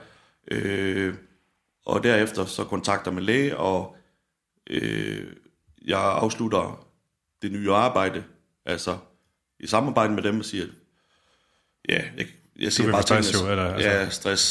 Og derefter så kontakter med læge, og jeg afslutter det nye arbejde, altså i samarbejde med dem, og siger, ja, jeg siger bare stress, jo, eller, altså. Ja, stress.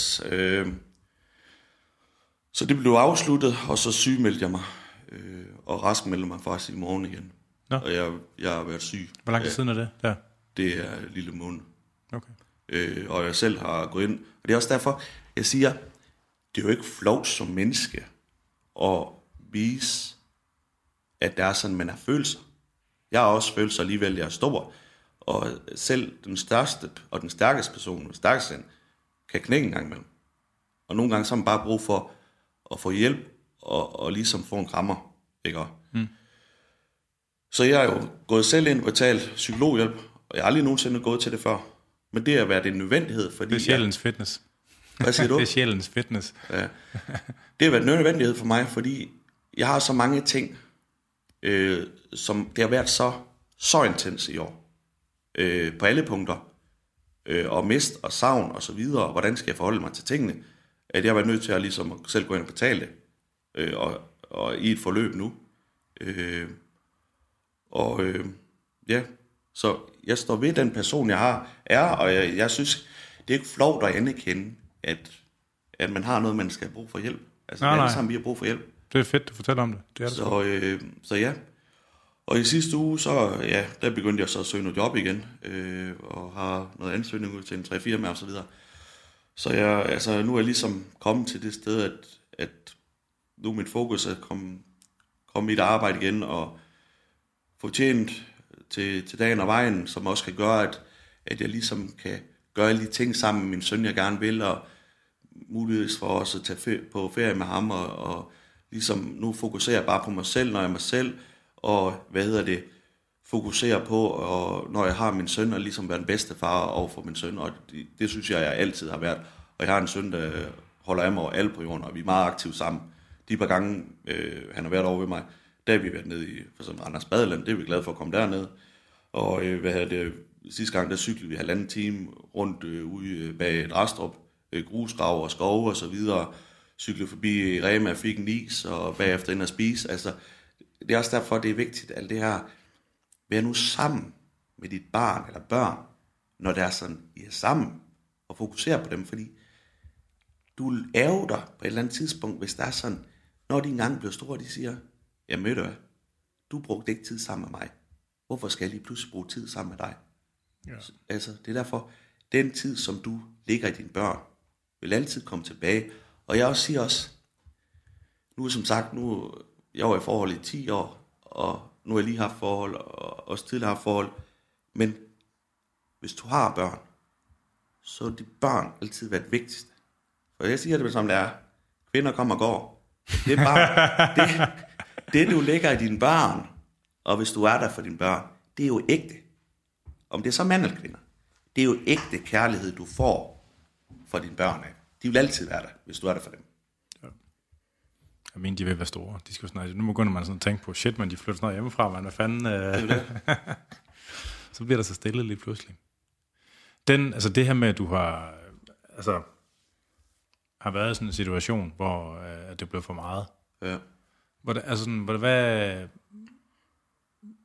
Så det blev afsluttet, og så sygemeldte jeg mig, og raskmeldte mig faktisk i morgen igen. Nå. Og jeg har været syg. Hvor lang tid siden er det? Der? Det er en lille måned. Okay. Og jeg selv har gået ind, og det er også derfor, jeg siger, det er jo ikke flovt som menneske at vise, at det er sådan, man har følelser. Jeg har også følelser alligevel, jeg er stor. Og selv den største og den stærkeste person, den stærkeste sind, kan knække en gang imellem. Og nogle gange så har man bare brug for at få hjælp og ligesom få en krammer. Ikke? Mm. Så jeg har jo gået selv ind og betalt psykologhjælp, og jeg har aldrig nogensinde gået til det før. Men det har været en nødvendighed, fordi... Det er sjælens fitness. Hvad siger du? Det er sjælens fitness. Ja. Det har været en nødvendighed for mig, fordi jeg har så mange ting, som det har været så intens i år. På alle punkter. Og mist og savn og så videre, og hvordan skal jeg forholde mig til tingene, at jeg har været nødt til at ligesom selv gå ind og betale det. Og i et forløb nu. Ja, så jeg står ved den person, jeg er, og jeg synes, det er ikke flovt at anerkende, at man har noget, man skal have brug for hjælp. Altså, alle sammen, vi har brug for hjælp. Det er fedt, du fortæller om det. Det er det. Så ja. Og i sidste uge, så ja, der begyndte jeg så at søge noget job igen, og har noget ansøgning ud til en 3 firma og så videre. Så nu er jeg ligesom kommet til det sted, at nu er mit fokus at komme i et arbejde igen, og få tjent til dagen og vejen, som også kan gøre, at jeg ligesom kan gøre alle de ting sammen med min søn, jeg gerne vil, og muligvis for også at tage på ferie med ham, og ligesom nu fokuserer jeg bare på mig selv, når jeg er mig selv, og fokuserer på, og når jeg har min søn, og ligesom være den bedste far over for min søn, og det synes jeg altid har været. Og jeg har en søn, der holder af mig over alle på jorden, og vi er meget aktive sammen. De par gange, han har været over ved mig, der har vi været nede i, for eksempel Randers Badeland, det er vi glade for at komme derned. Og sidste gang, der cyklede vi 1,5 time rundt ude bag et Rastrup, grusgrav og skove og så videre, cyklede forbi Rema, fik en is, og bagefter ind og spise. Altså, det er også derfor, det er vigtigt, alt det her, vær nu sammen med dit barn eller børn, når det er sådan, I er sammen, og fokusere på dem, fordi du ærger dig på et eller andet tidspunkt, hvis det er sådan, når de engang bliver store, de siger, jamen ved du hvad, du brugte ikke tid sammen med mig. Hvorfor skal jeg lige pludselig bruge tid sammen med dig? Ja. Altså, det er derfor, den tid, som du ligger i dine børn, vil altid komme tilbage. Og jeg også siger også, nu som sagt, jeg var i forhold i 10 år, og nu har jeg lige haft forhold, og også tidligere haft forhold. Men hvis du har børn, så er de børn altid været vigtigste. For jeg siger det som det er, kvinder kommer og går. Det er bare, det du lægger i dine børn, og hvis du er der for dine børn, det er jo ægte. Om det er så mand eller kvinder. Det er jo ægte kærlighed, du får fra dine børn af. De vil altid være der, hvis du er der for dem. Ja. Jeg mener, de vil være store. De skal snart, nu begynder man sådan at tænke på, shit, men de flytter snart hjemmefra, man, hvad fanden? Det. Så bliver der så stille lige pludselig. Det her med, at du har været i sådan en situation, hvor det blev for meget. Ja.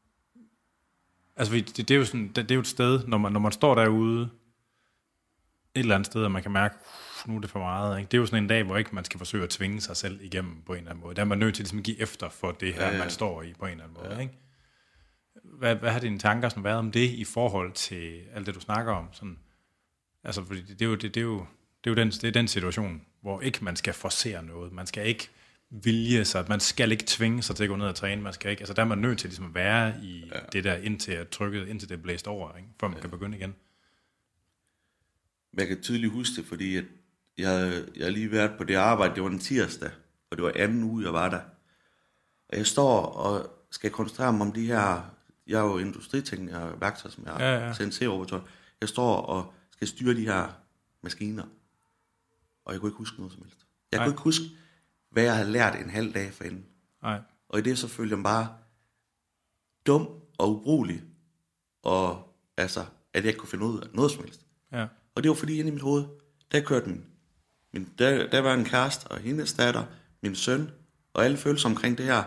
Det er jo sådan, det er jo et sted, når man står derude eller andet sted, at man kan mærke, nu er det for meget. Ikke? Det er jo sådan en dag, hvor ikke man skal forsøge at tvinge sig selv igennem på en eller anden måde. Der er man nødt til ligesom, at give efter for det her, man står i på en eller anden måde. Ikke? Hvad har dine tanker sådan været om det i forhold til alt det, du snakker om? Sådan, altså, fordi det er den situation, hvor ikke man skal forcere noget. Man skal ikke vilje sig, man skal ikke tvinge sig til at gå ned og træne. Man skal ikke, altså der er man nødt til ligesom at være i det der, indtil det er blæst over, ikke? Før man kan begynde igen. Jeg kan tydeligt huske det, fordi jeg har lige været på det arbejde, det var en tirsdag, og det var anden uge, jeg var der. Og jeg står og skal koncentrere mig om de her, jeg er jo industritekniker og værktøj, som jeg er CNC-operatør. Jeg står og skal styre de her maskiner, og jeg kunne ikke huske noget som helst. Jeg kunne ikke huske, hvad jeg havde lært en halv dag forinden. Nej. Og i det så følte jeg mig bare dum og ubrugelig, og altså, at jeg ikke kunne finde ud af noget som helst. Ja. Og det var fordi inde i mit hoved, der kørte der var en kæreste og hendes datter, min søn, og alle følelser omkring det her.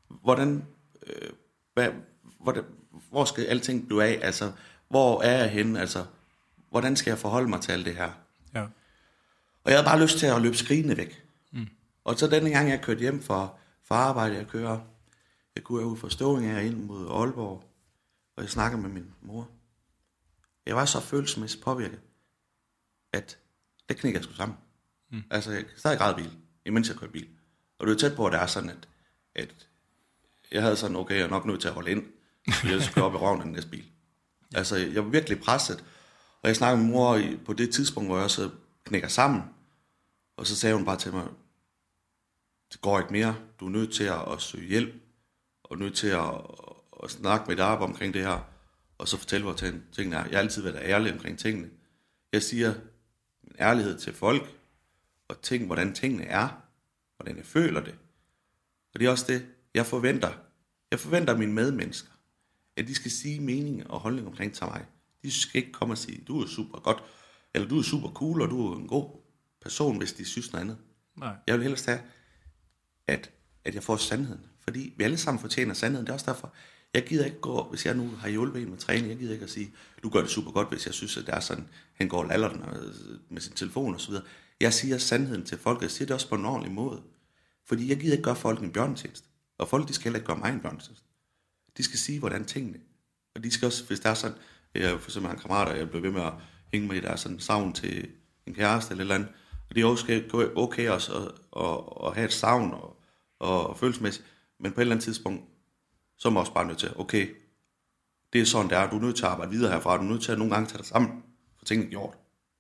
Hvor skal alting blive af? Altså, hvor er jeg henne? Altså, hvordan skal jeg forholde mig til alt det her? Ja. Og jeg havde bare lyst til at løbe skrigende væk. Og så denne gang, jeg kørte hjem fra arbejde, jeg kører ud fra Støvring her ind mod Aalborg, og jeg snakker med min mor. Jeg var så følelsesmæssigt påvirket, at det knækker jeg sgu sammen. Altså, jeg stadig græd bil, imens jeg kørte bil. Og det var tæt på, at det er sådan, at jeg havde sådan, okay, jeg er nok nødt til at holde ind, jeg skulle op i røven af den næste bil. Altså, jeg var virkelig presset. Og jeg snakkede med mor på det tidspunkt, hvor jeg så knækker sammen. Og så sagde hun bare til mig, det går ikke mere. Du er nødt til at søge hjælp, og nødt til at snakke med dig omkring det her, og så fortælle, hvor tingene er. Jeg har altid været ærlig omkring tingene. Jeg siger min ærlighed til folk, og hvordan tingene er, hvordan jeg føler det. Og det er også det, jeg forventer. Jeg forventer mine medmennesker, at de skal sige mening og holdning omkring til mig. De skal ikke komme og sige, du er super godt, eller du er super cool, og du er en god person, hvis de synes noget andet. Nej. Jeg vil helst have, at jeg får sandheden. Fordi vi alle sammen fortjener sandheden. Det er også derfor, jeg gider ikke gå, hvis jeg nu har hjulpet en med træning, jeg gider ikke at sige, du gør det super godt, hvis jeg synes, at det er sådan, han går og laller den med sin telefon og så videre. Jeg siger sandheden til folk, og jeg siger det også på en ordentlig måde. Fordi jeg gider ikke gøre folk en bjørnetjeneste. Og folk, de skal heller ikke gøre mig en bjørnetjeneste. De skal sige, hvordan tingene. Og de skal også, hvis der er sådan, jeg for eksempel har en kammerat, jeg blev ved med at hænge med, der er sådan en savn til en kæreste eller et eller andet. Og det er også okay også at have et savn og følelsesmæssigt. Men på et eller andet tidspunkt, så er man også bare nødt til, okay, det er sådan, det er. Du er nødt til at arbejde videre herfra. Du er nødt til at nogle gange tage dig sammen, for tingene gjort.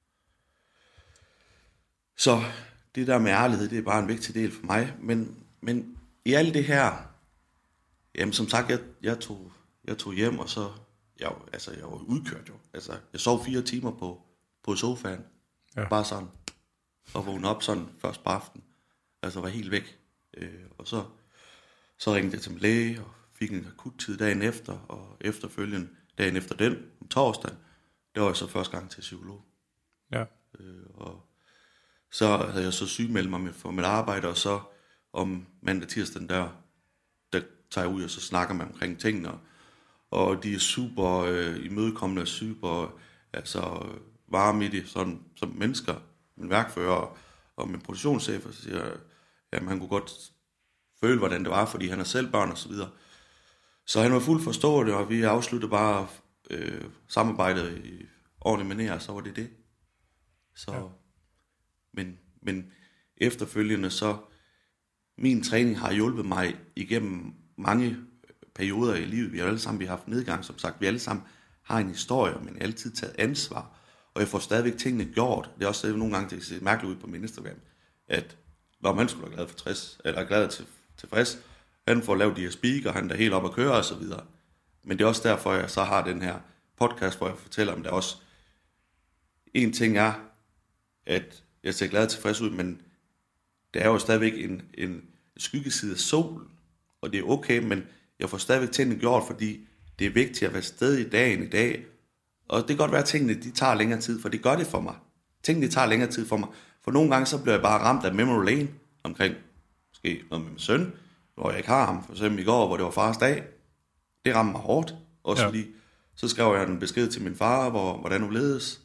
Så det der med ærlighed, det er bare en vigtig del for mig. Men i alt det her, jamen som sagt, jeg tog hjem, og så, jeg var udkørt jo. Altså, jeg sov 4 timer på sofaen. Ja. Bare sådan. Og vågnede op sådan først på aftenen. Altså var helt væk. Og så ringte jeg til min læge, og fik en akuttid dagen efter, og efterfølgende dagen efter den, om torsdagen, der var jeg så første gang til psykolog. Ja. Og så havde jeg så sygemeldt mig for mit arbejde, og så om mandag tirsdagen der tager jeg ud, og så snakker man omkring tingene, og de er super imødekommende, super varme i det, sådan, som mennesker, min værkfører og min produktionschef, og så siger jeg, jamen han kunne godt føle, hvordan det var, fordi han er selv børn og så videre. Så han var fuldt forstående, og vi afsluttede bare samarbejdet i ordentlig manér, så var det. Så, ja. Men efterfølgende så, min træning har hjulpet mig igennem mange perioder i livet. Vi har alle sammen haft nedgang, som sagt. Vi alle sammen har en historie, men altid taget ansvar. Og jeg får stadigvæk tingene gjort. Det er også nogle gange, det kan se mærkeligt ud på min Instagram, at når man skulle være glad for 60, eller glad tilfreds, han får lavet de her speaker, han er helt op at køre og så videre. Men det er også derfor, jeg så har den her podcast, hvor jeg fortæller om det også. En ting er, at jeg ser glad tilfreds ud, men det er jo stadigvæk en skyggeside af solen, og det er okay, men jeg får stadigvæk tingene gjort, fordi det er vigtigt at være stadig i dagen i dag. Og det kan godt være, at tingene de tager længere tid, for det gør det for mig. Tingene de tager længere tid for mig. For nogle gange så bliver jeg bare ramt af memory lane omkring måske noget med min søn, hvor jeg ikke har ham. For eksempel i går, hvor det var fars dag. Det rammer mig hårdt. Også fordi, så skrev jeg en besked til min far, hvordan hun ledes.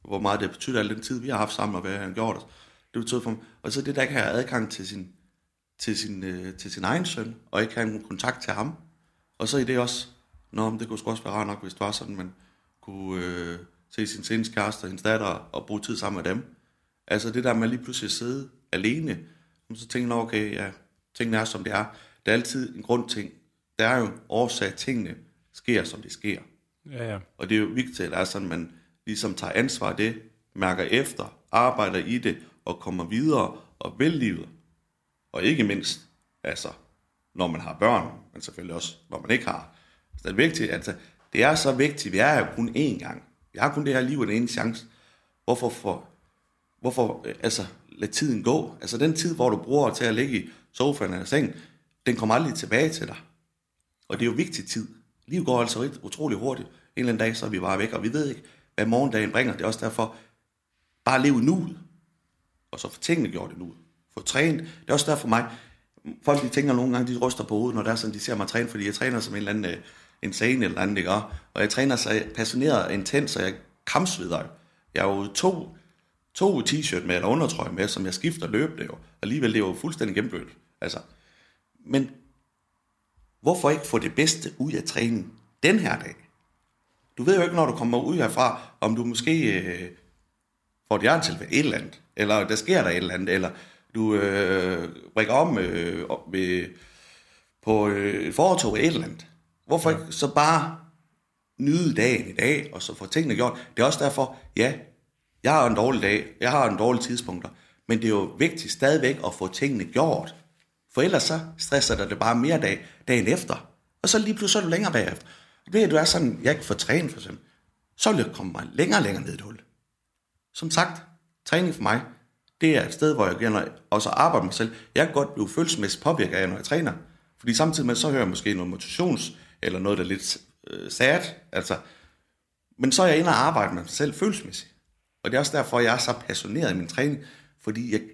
hvor meget det betyder, al den tid, vi har haft sammen, og hvad han har gjort. Det betyder for mig. Og så det, der ikke har adgang til sin egen søn, og ikke have en kontakt til ham. Og så i det også, det kunne sgu også være rart nok, hvis det var sådan, man kunne se sin seneste kæreste og hendes datter, og bruge tid sammen med dem. Altså det der med lige pludselig at sidde alene, og så tænker jeg, okay, ja, tingene er, som det er. Der er altid en grundting. Der er jo en årsag, at tingene sker, som det sker. Ja. Og det er jo vigtigt, at det er sådan, man ligesom tager ansvar af det, mærker efter, arbejder i det, og kommer videre og vil livet. Og ikke mindst, altså, når man har børn, men selvfølgelig også, når man ikke har. Så det er vigtigt, altså, det er så vigtigt, vi er jo kun én gang. Vi har kun det her liv og en ene chance. Hvorfor lad tiden gå? Altså den tid, hvor du bruger til at ligge i sofaen eller sengen, den kommer aldrig tilbage til dig. Og det er jo vigtig tid. Livet går altså utrolig hurtigt. En eller anden dag, så er vi bare væk, og vi ved ikke, hvad morgendagen bringer. Det er også derfor, bare leve nuet. Og så få tingene gjort det nuet. Få trænet. Det er også derfor mig. Folk de tænker nogle gange, de ryster på hovedet, når det er sådan, de ser mig træne, fordi jeg træner som en eller anden insane eller andet, ikke? Og jeg træner så passioneret og intens, og jeg kampsveder. Jeg har jo to t-shirt med, eller undertrøje med, som jeg skifter løbende jo. Og alligevel det er jo fuldstændig gennemblødt. Altså. Men hvorfor ikke få det bedste ud af træningen den her dag? Du ved jo ikke, når du kommer ud herfra, om du måske får et hjernetilfælde et eller andet, eller der sker der et eller andet, eller du rækker om på et foretog et eller andet. Hvorfor ikke så bare nyde dagen i dag, og så få tingene gjort? Det er også derfor, ja, jeg har en dårlig dag, jeg har en dårlig tidspunkter, men det er jo vigtigt stadigvæk at få tingene gjort. For ellers så stresser det bare mere dagen efter, og så lige pludselig så er du længere bagefter. Ved at du er sådan, jeg ikke får trænet for eksempel, så vil jeg komme mig længere ned i et hul. Som sagt, træning for mig, det er et sted, hvor jeg gerne også arbejder mig selv. Jeg kan godt blive følelsesmæssigt påvirket af, når jeg træner. Fordi samtidig med, så hører jeg måske noget motivations, eller noget, der er lidt sad. Altså. Men så er jeg inde og arbejder med mig selv følelsesmæssigt. Og det er også derfor, jeg er så passioneret i min træning. Fordi jeg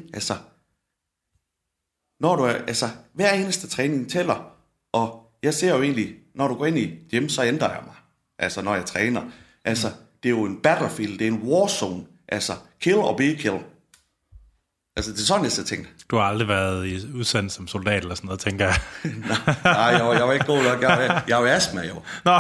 når du hver eneste træning tæller. Og jeg ser jo egentlig, når du går ind i gym, så ændrer jeg mig. Altså, når jeg træner. Altså, det er jo en battlefield, det er en warzone. Altså, kill or be kill. Altså, det er sådan, jeg tænker. Du har aldrig været i udsendt som soldat eller sådan noget, tænker jeg. Nej, jeg var ikke god nok. Jeg er jo astma, jo. Nå.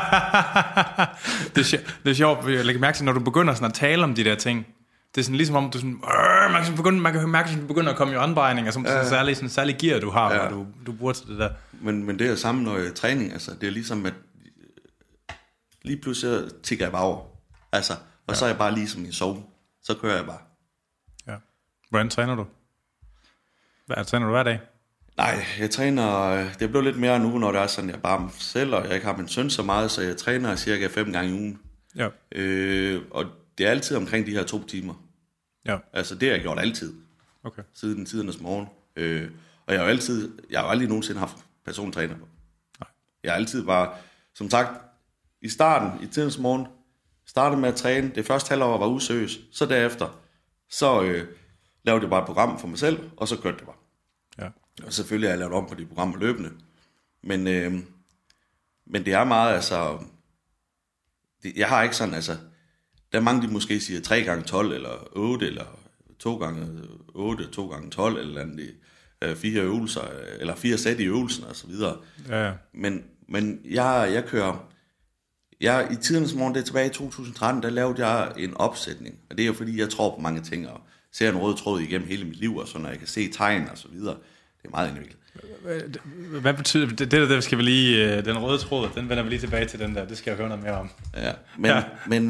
Det er sjovt, jeg lægger mærke til, når du begynder sådan at tale om de der ting. Det er sådan ligesom om, du sådan, man kan mærke, at du begynder at komme i åndbrænding, som sådan en særlig gear, du har, når du bruger til det der. Men det er samme, når jeg træning, altså, det er ligesom, at lige pludselig tigger jeg bare over. Altså, og så er jeg bare ligesom i sove. Så kører jeg bare. Ja. Hvordan træner du? Træner du hver dag? Nej, jeg træner, det bliver lidt mere nu, når det er sådan, jeg bare selv, og jeg ikke har min søn så meget, så jeg træner cirka 5 gange i ugen. Ja. Og det er altid omkring de her 2 timer. Ja. Altså det har jeg gjort altid. Okay. Siden tidernes morgen. Og jeg har jo aldrig nogensinde haft persontræner på. Nej. Jeg har altid bare, som sagt, i starten, i tidernes morgen, startede med at træne. Det første halvår var useriøs. Så derefter, så lavede jeg bare et program for mig selv, og så kørte det bare. Ja. Og selvfølgelig har jeg lavet om på de programmer løbende. Men det er meget, altså, jeg har ikke sådan, altså, der er mange, de måske siger 3 gange 12, eller 8, eller 2 gange 8, 2 gange 12, eller andet, 4 øvelser, eller 4 sæt i øvelsen, og så videre. Ja. Men jeg kører, i tidernes morgen, det er tilbage i 2013, der lavede jeg en opsætning, og det er jo fordi, jeg tror på mange ting, og ser en rød tråd igennem hele mit liv, og så når jeg kan se tegn, og så videre. Det er meget indviklet. Hvad betyder det? Det skal vi lige, den røde tråd, den vender vi lige tilbage til den der, det skal jeg høre noget mere om. Ja, men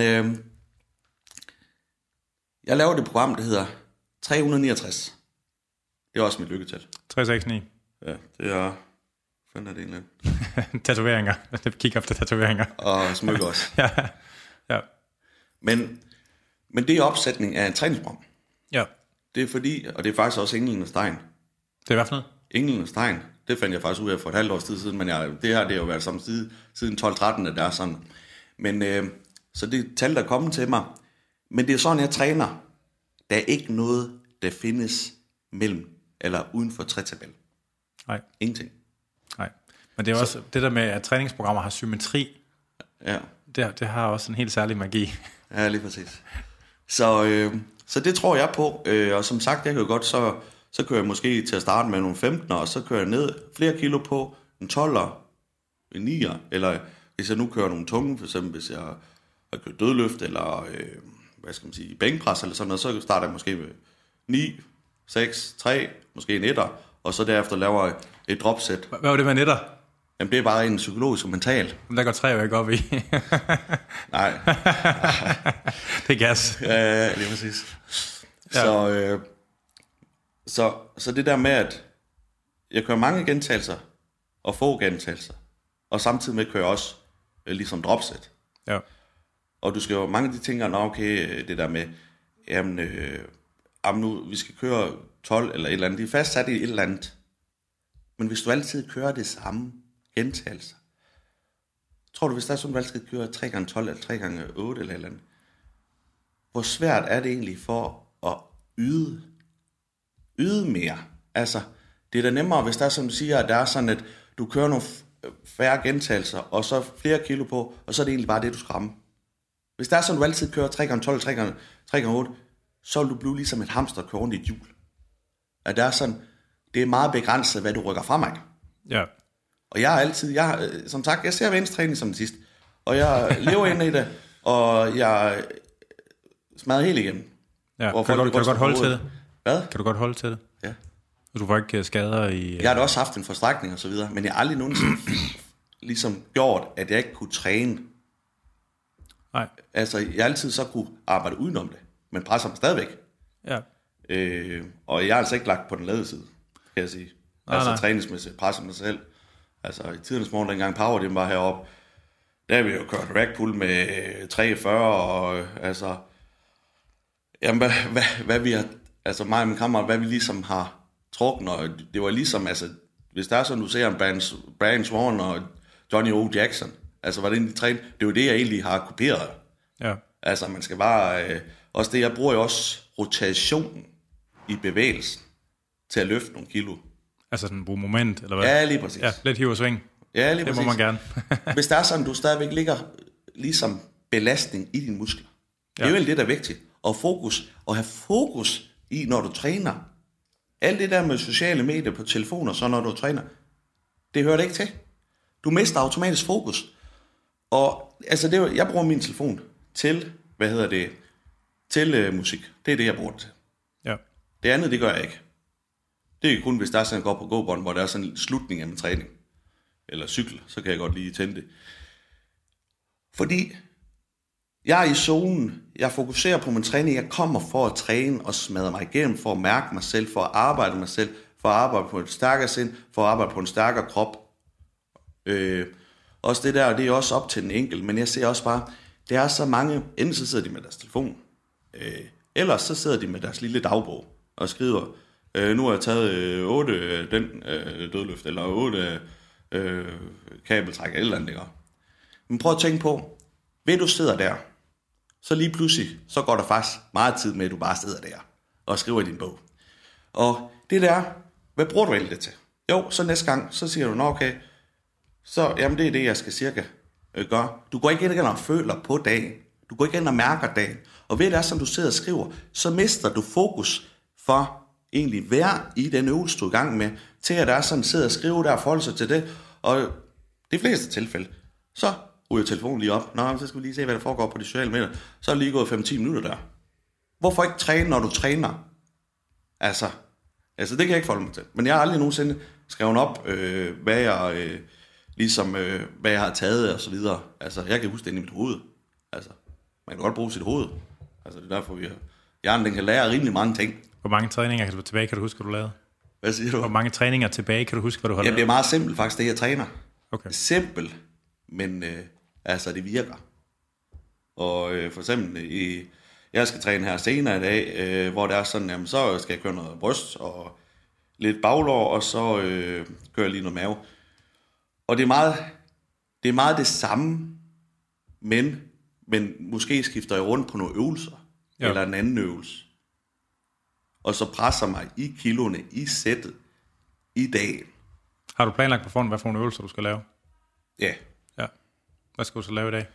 jeg laver det program, der hedder 369. Det er også mit lykketal. 369. Ja, det er, fandt det egentlig. Tatoveringer. Kig efter tatoveringer. Og smykker også. Ja. Men det er opsætning af en træningsprogram. Ja. Det er fordi, og det er faktisk også Englenes Tegn. Det er hvad for noget? Englenes Tegn. Det fandt jeg faktisk ud af for et halvt års tid siden, men det her det har jo været samme siden 12-13, at det er sådan. Men så det er tal, der er kommet til mig. Men det er sådan, jeg træner. Der er ikke noget, der findes mellem eller uden for tretabel. Nej. Ingenting. Nej. Men det er også det der med, at træningsprogrammer har symmetri. Ja. Det har også en helt særlig magi. Ja, lige præcis. Så det tror jeg på, og som sagt, jeg kan jo godt, så kører jeg måske til at starte med nogle 15'er, og så kører jeg ned flere kilo på en 12'er, en 9'er, eller hvis jeg nu kører nogle tunge, for eksempel hvis jeg har kørt dødløft, eller hvad skal man sige, bænkpres eller sådan noget, så starter jeg måske med 9, 6, 3, måske en 1'er, og så derefter laver jeg et dropset. Hvad var det med netter? Jamen, det er bare en psykologisk og mental. Der går 3 jo ikke op i. Nej. Det er gas. Ja, lige præcis. Ja. Så det der med, at jeg kører mange gentagelser, og få gentagelser, og samtidig med kører jeg også ligesom dropset. Ja. Og du skal jo, mange af de ting, okay, det der med, jamen nu, vi skal køre 12 eller et eller andet, de er fastsat i et eller andet. Men hvis du altid kører det samme gentagelser, tror du, hvis der er sådan, du altid kører 3x12 eller 3x8 eller et eller andet, hvor svært er det egentlig for at yde mere? Altså, det er da nemmere, hvis der er, som du siger, at der er sådan, at du kører nogle færre gentagelser, og så flere kilo på, og så er det egentlig bare det, du skal ramme. Hvis der er sådan, du altid kører 3x12, 3x8, så vil du blive ligesom et hamster og køre rundt i et hjul. At der er sådan, det er meget begrænset, hvad du rykker fremad. Ja. Og som sagt, jeg ser venstretræning som den sidste, og jeg lever ind i det, og jeg smadrer helt igennem. Ja. Kan du godt holde til det? Hvad? Kan du godt holde til det? Ja. Du får ikke skader i... Jeg har da også haft en forstrækning og så videre, men jeg har aldrig nogensinde ligesom gjort, at jeg ikke kunne træne. Nej. Altså, jeg altid så kunne arbejde udenom det, men presser mig stadigvæk. Ja. Og jeg har altså ikke lagt på den lade side, kan jeg sige. Nej. Træningsmæssigt presser mig selv. Altså, i tidernes morgen, dengang Power Gym var heroppe, der har vi jo kørt rackpull med 43, og altså... Jamen, hvad vi har... Altså, mig og min kammerat, hvad vi ligesom har trukket, og det var ligesom, altså... Hvis der er sådan, du ser om Brian Swan og Johnny O. Jackson, altså, var det egentlig trænet? Det er jo det, jeg egentlig har kopieret. Ja. Altså, man skal bare... også det, jeg bruger jo også rotation i bevægelsen til at løfte nogle kilo. Altså sådan bruge moment, eller hvad? Ja, lige præcis. Ja, lidt hiv og sving. Ja, lige det præcis. må man gerne. Hvis der er sådan, du stadigvæk ligger ligesom belastning i dine muskler. Ja. Det er jo egentlig det, der er vigtigt. Og have fokus i, når du træner. Alt det der med sociale medier på telefoner, så når du træner, det hører det ikke til. Du mister automatisk fokus. Og altså, jeg bruger min telefon til, til musik. Det er det, jeg bruger det til. Ja. Det andet, det gør jeg ikke. Det er kun, hvis der er sådan, går på gåbånd, hvor der er sådan en slutning af min træning. Eller cykel, så kan jeg godt lige tænde det. Fordi jeg er i zonen, jeg fokuserer på min træning, jeg kommer for at træne og smadre mig igennem, for at mærke mig selv, for at arbejde mig selv, for at arbejde på et stærkere sind, for at arbejde på en stærkere krop. Også det der, det er også op til den enkelte, men jeg ser også bare, der er så mange, enten så sidder de med deres telefon, ellers så sidder de med deres lille dagbog og skriver, nu har jeg taget 8 dødløft, eller 8 kabeltræk, eller andet, ikke? Men prøv at tænke på, ved du sidder der, så lige pludselig, så går der faktisk meget tid med, at du bare sidder der og skriver i din bog. Og det der, hvad bruger du egentlig det til? Jo, så næste gang, så siger du, nå okay, så jamen det er det, jeg skal cirka gøre. Du går ikke ind og føler på dagen. Du går ikke ind og mærker dagen. Og ved det, som du sidder og skriver, så mister du fokus for egentlig være i den øvelse, du er i gang med, til at der er sådan, sidder og skriver der og forholder sig til det. Og de fleste tilfælde, så ryger telefonen lige op. Nå, så skal vi lige se, hvad der foregår på de sociale medier. Så er det lige gået 5-10 minutter der. Hvorfor ikke træne, når du træner? Altså det kan jeg ikke forholde mig til. Men jeg har aldrig nogensinde skrevet op, hvad jeg har taget og så videre. Altså, jeg kan huske det inde i mit hoved. Altså, man kan godt bruge sit hoved. Altså, det er derfor, hjernen den kan lære rimelig mange ting. Hvor mange træninger tilbage kan du huske, hvad du lavede? Hvad siger du? Hvor mange træninger tilbage kan du huske, hvad du har lavet? Jamen, det er meget simpelt faktisk, det jeg træner. Okay. Simpelt, men det virker. Og for eksempel, jeg skal træne her senere i dag, hvor der er sådan, jamen, så skal jeg køre noget bryst og lidt baglår, og så kører jeg lige noget mave. Og det er meget det samme, men måske skifter jeg rundt på nogle øvelser, eller en anden øvelse. Og så presser mig i kiloene, i sættet, i dagen. Har du planlagt på forhånd, hvad for nogle øvelser du skal lave? Ja. Ja. Hvad skal du så lave i dag?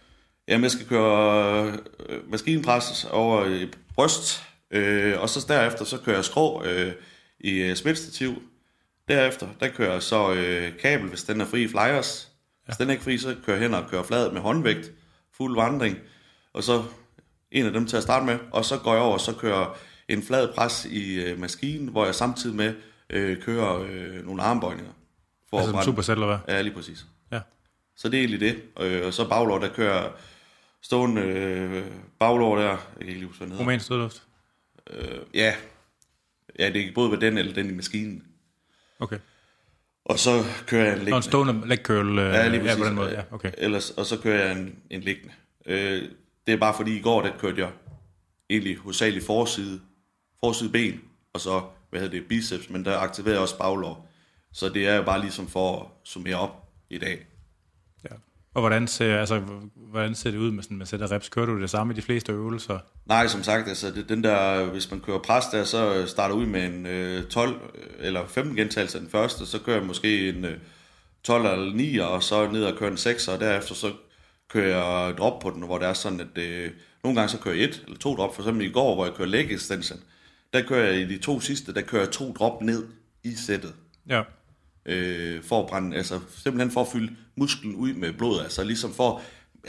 Jamen, jeg skal køre maskinpres over i bryst, og så derefter, så kører jeg skrå i spidstativ. Derefter, der kører jeg så kabel, hvis den er fri, flyers. Hvis den er ikke fri, så kører jeg hen og kører flad med håndvægt, fuld vandring. Og så en af dem til at starte med, og så går jeg over, og så kører en flad pres i maskinen, hvor jeg samtidig med kører nogle armbøjninger. Altså en supersæt, eller hvad? Ja, lige præcis. Ja. Så det er egentlig det. Og så baglår, der kører stående baglår der. Jeg kan ikke lige huske, hvad den hedder. Romansk stødluft? Ja, det er både ved den eller den i maskinen. Okay. Og så kører jeg en liggende. Og en stående lægkøl på den måde, ja. Okay. Og så kører jeg en liggende. Det er bare fordi i går, der kørte jeg egentlig hovedsageligt forside ben, og så, biceps, men der aktiverer jeg også baglår. Så det er jo bare ligesom for at summere op i dag. Ja. Og hvordan ser det ud med sådan med sæt af reps? Kører du det samme i de fleste øvelser? Nej, som sagt, altså den der, hvis man kører pres der, så starter ud med en 12 eller 15 gentagelser den første, så kører jeg måske en 12 eller 9, og så ned og kører en 6, og derefter så kører jeg drop på den, hvor det er sådan, at nogle gange så kører jeg 1 eller 2 drop, for eksempel i går, hvor jeg kører leg extension, der kører jeg i de 2 sidste, der kører jeg 2 drop ned i sættet. Ja. For at brænde, altså simpelthen for at fylde musklen ud med blod, altså ligesom for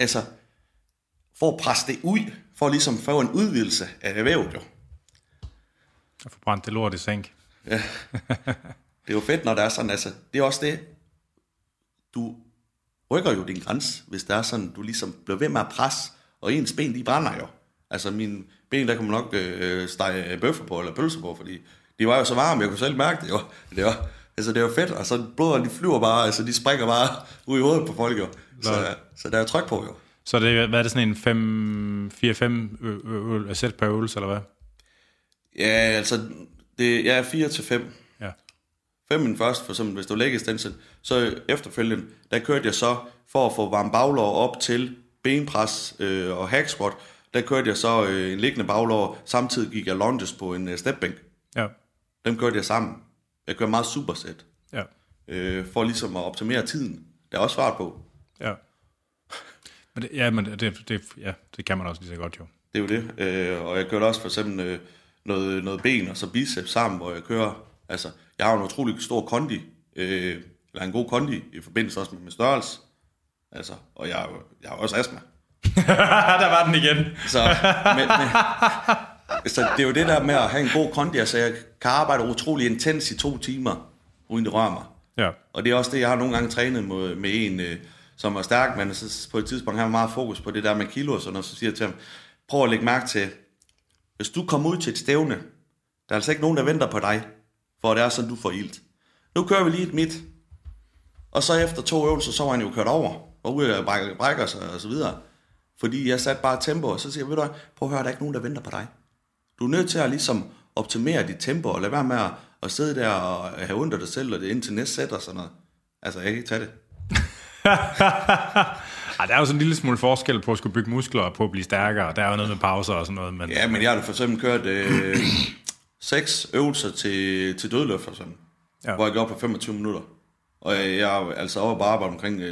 at presse det ud, for ligesom få en udvidelse af vævet jo. Og få brændt det lort i sænk. Ja. Det er jo fedt, når det er sådan, altså det er også det, du rykker jo din grænse, hvis det er sådan, du ligesom bliver ved med at presse, og ens ben, de brænder jo. Altså mine ben, der kan man nok stege bøffer på, eller pølser på, fordi de var jo så varme, jeg kunne selv mærke det jo. Det er jo fedt, og så bloderne, de flyver bare, altså de springer bare ud i hovedet på folk jo. Så der er tryk på jo. Så hvad er det sådan en 4-5 sæt per øvelse, eller hvad? Ja, altså, det er 4-5. Ja. 5 den første, for eksempel, hvis du lægger extension, så efterfølgende, der kørte jeg så, for at få varme baglår op til benpres og hack squat, der kørte jeg så en liggende baglår, samtidig gik jeg lunges på en stepbænk. Ja. Dem kørte jeg sammen. Jeg kører meget supersæt. Ja. For ligesom at optimere tiden. Der er også fart på. Ja. Det kan man også lige så godt jo. Det er jo det. Og jeg kørte også for eksempel noget ben og så biceps sammen, hvor jeg kører. Altså, jeg har jo en utrolig stor kondi, eller en god kondi i forbindelse også med størrelse. Altså, og jeg har også astma. Der var den igen. Så det er jo det der med at have en god kondi, altså jeg kan arbejde utrolig intens i 2 timer, uden det rører mig. Ja. Og det er også det, jeg har nogle gange trænet med en, som er stærk, men så på et tidspunkt har jeg meget fokus på det der med kilo og sådan noget, så siger jeg til ham, prøv at lægge mærke til, hvis du kommer ud til et stævne, der er altså ikke nogen, der venter på dig, for det er sådan, du får ilt. Nu kører vi lige et midt, og så efter 2 øvelser, så var han jo kørt over, og ude og brækker sig og så videre. Fordi jeg satte bare tempo, og så siger jeg, ved du hvad, prøv at høre, der er ikke nogen, der venter på dig. Du er nødt til at ligesom optimere dit tempo, og lade være med at sidde der og have ondt af dig selv, og det er ind til næste sæt og sådan noget. Altså, jeg kan ikke tage det. Ej, der er jo sådan en lille smule forskel på at skulle bygge muskler og på at blive stærkere. Der er jo noget med pauser og sådan noget. Men... Ja, men jeg har for eksempel kørt 6 øvelser til dødløft og sådan, ja. Hvor jeg går på 25 minutter. Og jeg er altså over på arbejde omkring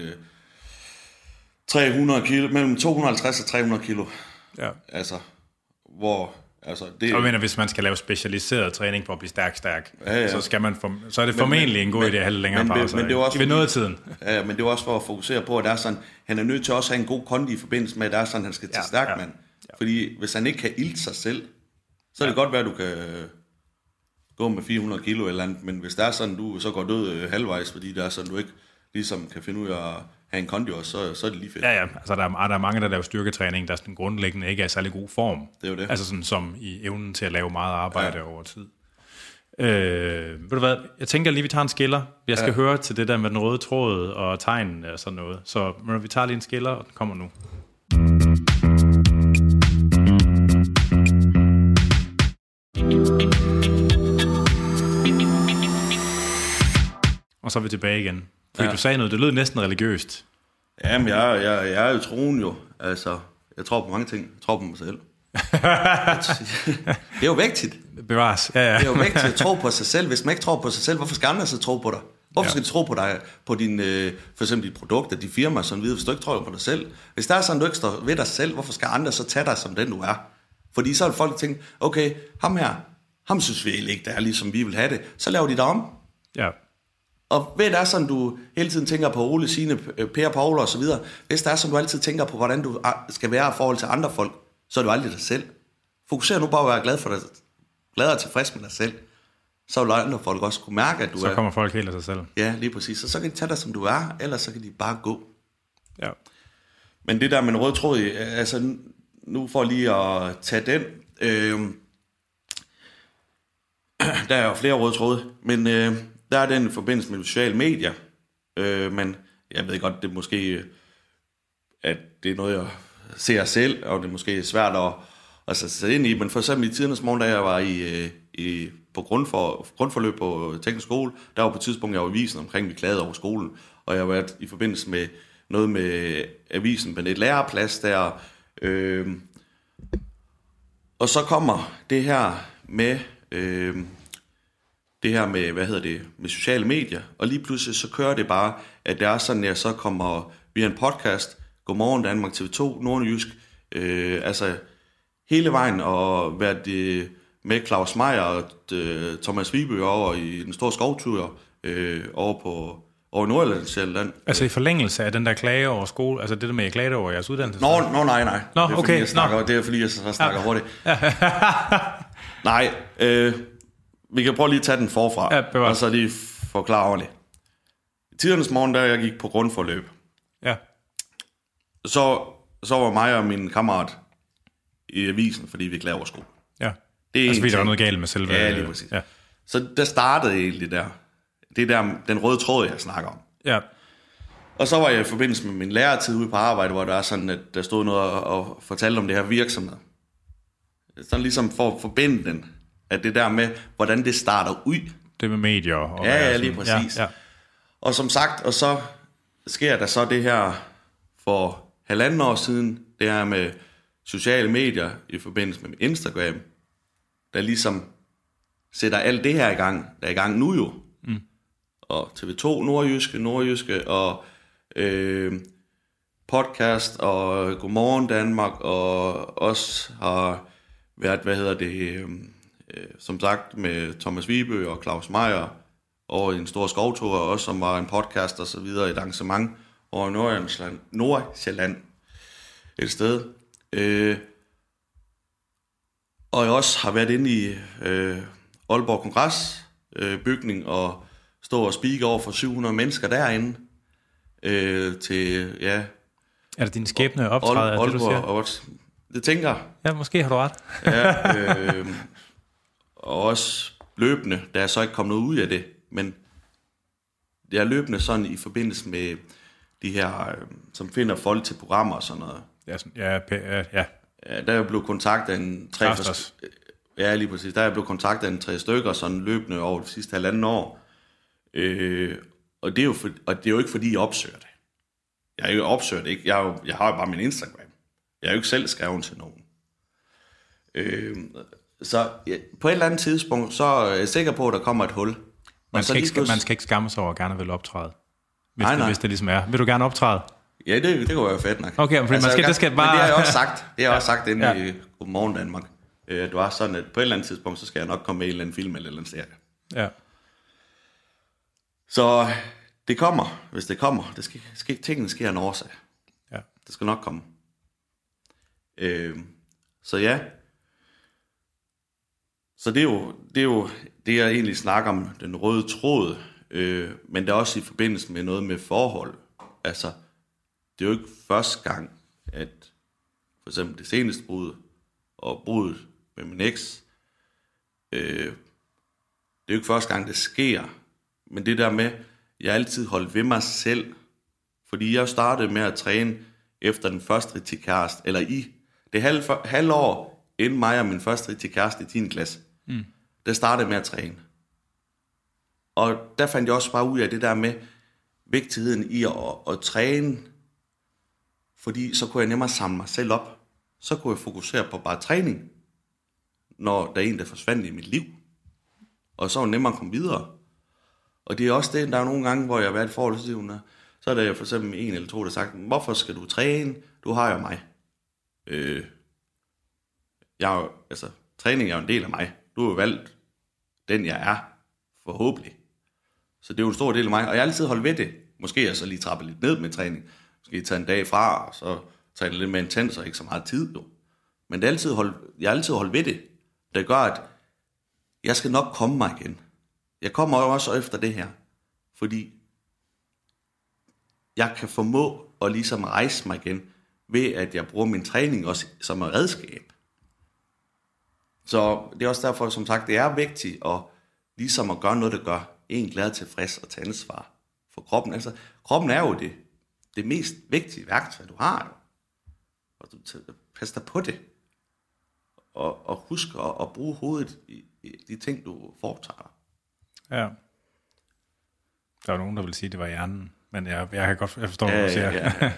300 kilo, mellem 250 og 300 kilo. Ja. Altså, hvor... Altså, det... Jeg mener, hvis man skal lave specialiseret træning for at blive stærk, ja. Så skal man så er det formentlig en god idé at have lidt længere pauser. Men det er også ved noget af tiden. Ja, men det er også for at fokusere på, at der er sådan, han er nødt til også at have en god kondi i forbindelse med, at der er sådan, han skal til stærk mand. Ja. Fordi hvis han ikke kan ilte sig selv, så er det godt være, at du kan gå med 400 kilo eller andet, men hvis der er sådan, du så går død halvvejs, fordi der er sådan, du ikke ligesom kan finde ud af at have en kondi også, så er det lige fedt. Ja, altså der er mange, der laver styrketræning, der sådan grundlæggende ikke er i særlig god form. Det er jo det. Altså sådan som i evnen til at lave meget arbejde over tid. Ved du hvad, jeg tænker lige, vi tager en skiller. Jeg skal høre til det der med den røde tråd og tegnen og sådan noget. Så vi tager lige en skiller, og den kommer nu. Og så er vi tilbage igen. Fordi du sagde noget, det lød næsten religiøst. Jamen, jeg er jo troen jo. Altså, jeg tror på mange ting. Jeg tror på mig selv. Det er jo vigtigt. Bevares, ja. Det er jo vigtigt at tro på sig selv. Hvis man ikke tror på sig selv, hvorfor skal andre så tro på dig? Hvorfor skal de tro på dig, på din, for eksempel dit produkt, og dit firma, sådan videre, hvis du ikke tror på dig selv? Hvis der er sådan, du ikke står ved dig selv, hvorfor skal andre så tage dig som den, du er? Fordi så vil folk tænke, okay, ham synes vi egentlig ikke, der er ligesom vi vil have det. Så laver de det om. Ja. Og ved der er sådan, du hele tiden tænker på Ole, Signe, Per, Paul og så videre, hvis der er sådan, du altid tænker på, hvordan du skal være i forhold til andre folk, så er du aldrig dig selv. Fokuser nu bare at være glad og tilfreds med dig selv. Så vil andre folk også kunne mærke, at du så kommer folk helt af sig selv. Ja, lige præcis. Så kan de tage dig, som du er, ellers så kan de bare gå. Ja. Men det der med en rød tråd, altså nu for lige at tage den, der er jo flere røde tråde, men der er den i forbindelse med sociale medier, men jeg ved godt, det er måske, at det er noget, jeg ser selv, og det er måske svært at sætte ind i, men for eksempel i tidernes morgen, da jeg var på grundforløb på teknisk skole, der var på et tidspunkt, jeg var i avisen omkring, vi klagede over skolen, og jeg har været i forbindelse med noget med avisen med et læreplads der, og så kommer det her med med sociale medier, og lige pludselig så kører det bare, at det er sådan, at jeg så kommer via en podcast, Godmorgen Danmark, TV2, Nordjysk, altså hele vejen, og været med Claus Meier og Thomas Vibø over i den store skovtur over i Nordjylland. Altså i forlængelse af den der klage over skole, altså det der med at klage over jeres uddannelse? Nej. Nå, Det er, okay. Det er fordi, jeg snakker hurtigt. Nej, vi kan prøve lige at tage den forfra, og så lige forklare ordentligt. I tidernes morgen, da jeg gik på grundforløb, så var mig og min kammerat i avisen, fordi vi klagede over skole. Ja, det er altså fordi der var noget galt med selve... Ja, lige præcis. Ja. Så der startede egentlig der. Det er der, den røde tråd, jeg snakker om. Ja. Og så var jeg i forbindelse med min læretid ude på arbejde, hvor der er sådan, at der stod noget og fortalte om det her virksomhed. Sådan ligesom for at forbinde den, at det der med, hvordan det starter ud. Det med medier. Og ja, lige præcis. Ja. Og som sagt, og så sker der så det her for 1,5 år siden, det her med sociale medier i forbindelse med Instagram, der ligesom sætter alt det her i gang, der er i gang nu jo. Mm. Og TV2, Nordjyske og podcast og Godmorgen Danmark, og også har været, som sagt med Thomas Vibø og Claus Meier over i en stor skovtur, også som var en podcast og så videre, et arrangement over i Nordsjælland et sted. Og jeg også har været inde i Aalborg Kongress bygning og stå og speak over for 700 mennesker derinde til, ja... Er det din skæbne optræde, Aalborg, det du siger? Og det tænker jeg. Ja, måske har du ret. Ja, og også løbende, der er så ikke kommet noget ud af det, men det er løbende sådan i forbindelse med de her, som finder folk til programmer og sådan noget. Ja. Der er blevet kontaktet en 3... Ja, lige præcis. Der er blevet kontaktet en 3 stykker sådan løbende over de sidste 1,5 år. Og det er jo ikke fordi jeg opsøger det. Jeg er jo opsøger det ikke. Jeg har jo bare min Instagram. Jeg er jo ikke selv skrevet til nogen. Så på et eller andet tidspunkt, så er jeg sikker på, at der kommer et hul. Man skal ikke skamme sig over at gerne vil optræde. Hvis det ligesom er. Vil du gerne optræde? Ja, det kunne være fedt nok. Okay, men altså, det skal bare... Men det har jeg også sagt. Det har jeg også sagt inde i Godmorgen Danmark. Det var sådan, at på et eller andet tidspunkt, så skal jeg nok komme med i en eller anden film eller en eller anden serie. Ja. Så det kommer, hvis det kommer. Tingene sker en årsag. Ja. Det skal nok komme. Så ja. Så det er jo det, jeg egentlig snakker om, den røde tråd. Men det er også i forbindelse med noget med forhold. Altså, det er jo ikke første gang, at for eksempel det seneste brud og brudet med min eks, det er jo ikke første gang, det sker. Men det der med, jeg altid holdt ved mig selv, fordi jeg startede med at træne efter den første rigtige kæreste, eller i det halvår inden mig og min første rigtige kæreste i 10. klasse, der startede med at træne. Og der fandt jeg også bare ud af det der med vigtigheden i at træne, fordi så kunne jeg nemmere samle mig selv op. Så kunne jeg fokusere på bare træning, når der er en, der forsvandt i mit liv. Og så var det nemmere at komme videre. Og det er også det, der er nogle gange, hvor jeg har været i forhold til det, så er der for eksempel en eller to, der har sagt, hvorfor skal du træne? Du har jo mig. Træning er jo en del af mig. Du har jo valgt den, jeg er, forhåbentlig. Så det er jo en stor del af mig, og jeg har altid holdt ved det. Måske jeg så lige trappet lidt ned med træning. Måske tage en dag fra, og så træne lidt mere intens, og ikke så meget tid. Jo. Men jeg har altid holdt ved det. Det gør, at jeg skal nok komme mig igen. Jeg kommer også efter det her, fordi jeg kan formå at ligesom rejse mig igen, ved at jeg bruger min træning også som et redskab. Så det er også derfor, som sagt, det er vigtigt at ligesom at gøre noget, der gør en glad, tilfreds og tage ansvar for kroppen. Altså, kroppen er jo det mest vigtige værktøj, du har. Og du pas dig på det. Og husk at bruge hovedet i de ting, du foretager. Ja. Der er nogen, der vil sige, at det var hjernen. Men jeg kan godt forstå, hvad du siger. Ja.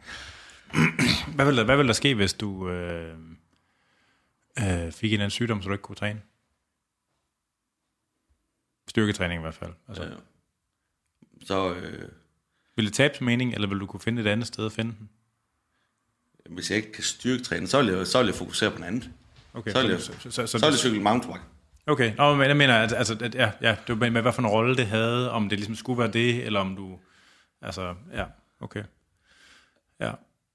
Hvad vil der ske, hvis du fik en anden sygdom, så du ikke kunne træne? Styrketræning i hvert fald. Altså. Ja. Så, vil det tabe mening, eller vil du kunne finde et andet sted at finde den? Hvis jeg ikke kan styrketræne, så vil jeg fokusere på en anden. Okay, så vil jeg cykle mountainbike. Okay, men jeg mener, det var med, hvad for en rolle det havde, om det ligesom skulle være det, eller om du, okay. Ja.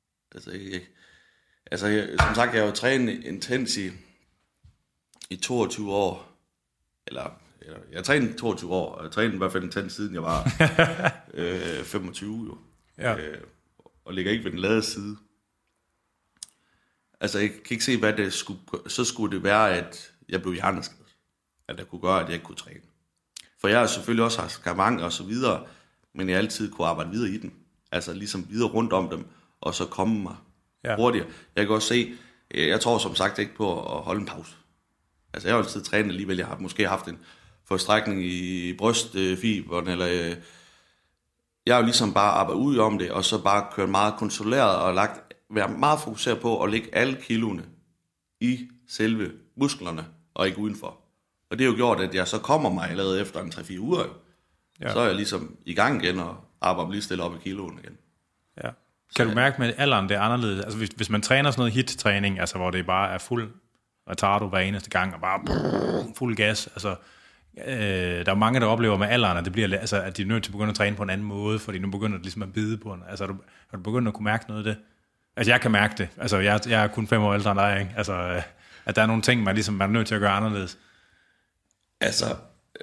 Som sagt, jeg har jo trænet intens i 22 år, eller jeg har trænet 22 år, og jeg har trænet i hvert fald intens siden jeg var 25 jo. Ja. Og ligger ikke ved den lade side. Altså, jeg kan ikke se, hvad det skulle det være, at jeg blev hjerneskadet. At det kunne gøre, at jeg ikke kunne træne. For jeg har selvfølgelig også haft skavanker og så videre, men jeg altid kunne arbejde videre i den. Altså ligesom videre rundt om dem, og så komme mig hurtigere. Jeg kan også se, jeg tror som sagt ikke på at holde en pause. Altså jeg har altid trænet alligevel. Jeg har måske haft en forstrækning i brystfiberen, eller jeg har jo ligesom bare arbejdet ud om det, og så bare kørt meget kontrolleret og være meget fokuseret på at lægge alle kiloene i selve musklerne, og ikke udenfor. Og det har jo gjort, at jeg så kommer mig allerede efter en 3-4 uger. Ja. Så er jeg ligesom i gang igen, og arbejder lige stille op i kiloen igen. Ja. Kan du mærke med alderen, det er anderledes? Altså hvis man træner sådan noget HIIT-træning, altså hvor det bare er fuld retardo hver eneste gang, og bare fuld gas, altså der er mange, der oplever med alderen, at det bliver, altså, at de er nødt til at begynde at træne på en anden måde, fordi nu begynder det ligesom at bide på en. Altså har du begyndt at kunne mærke noget af det? Altså jeg kan mærke det. Altså jeg er kun 5 år ældre end dig, ikke? Altså at der er nogle ting, man er nødt til at gøre anderledes. Altså,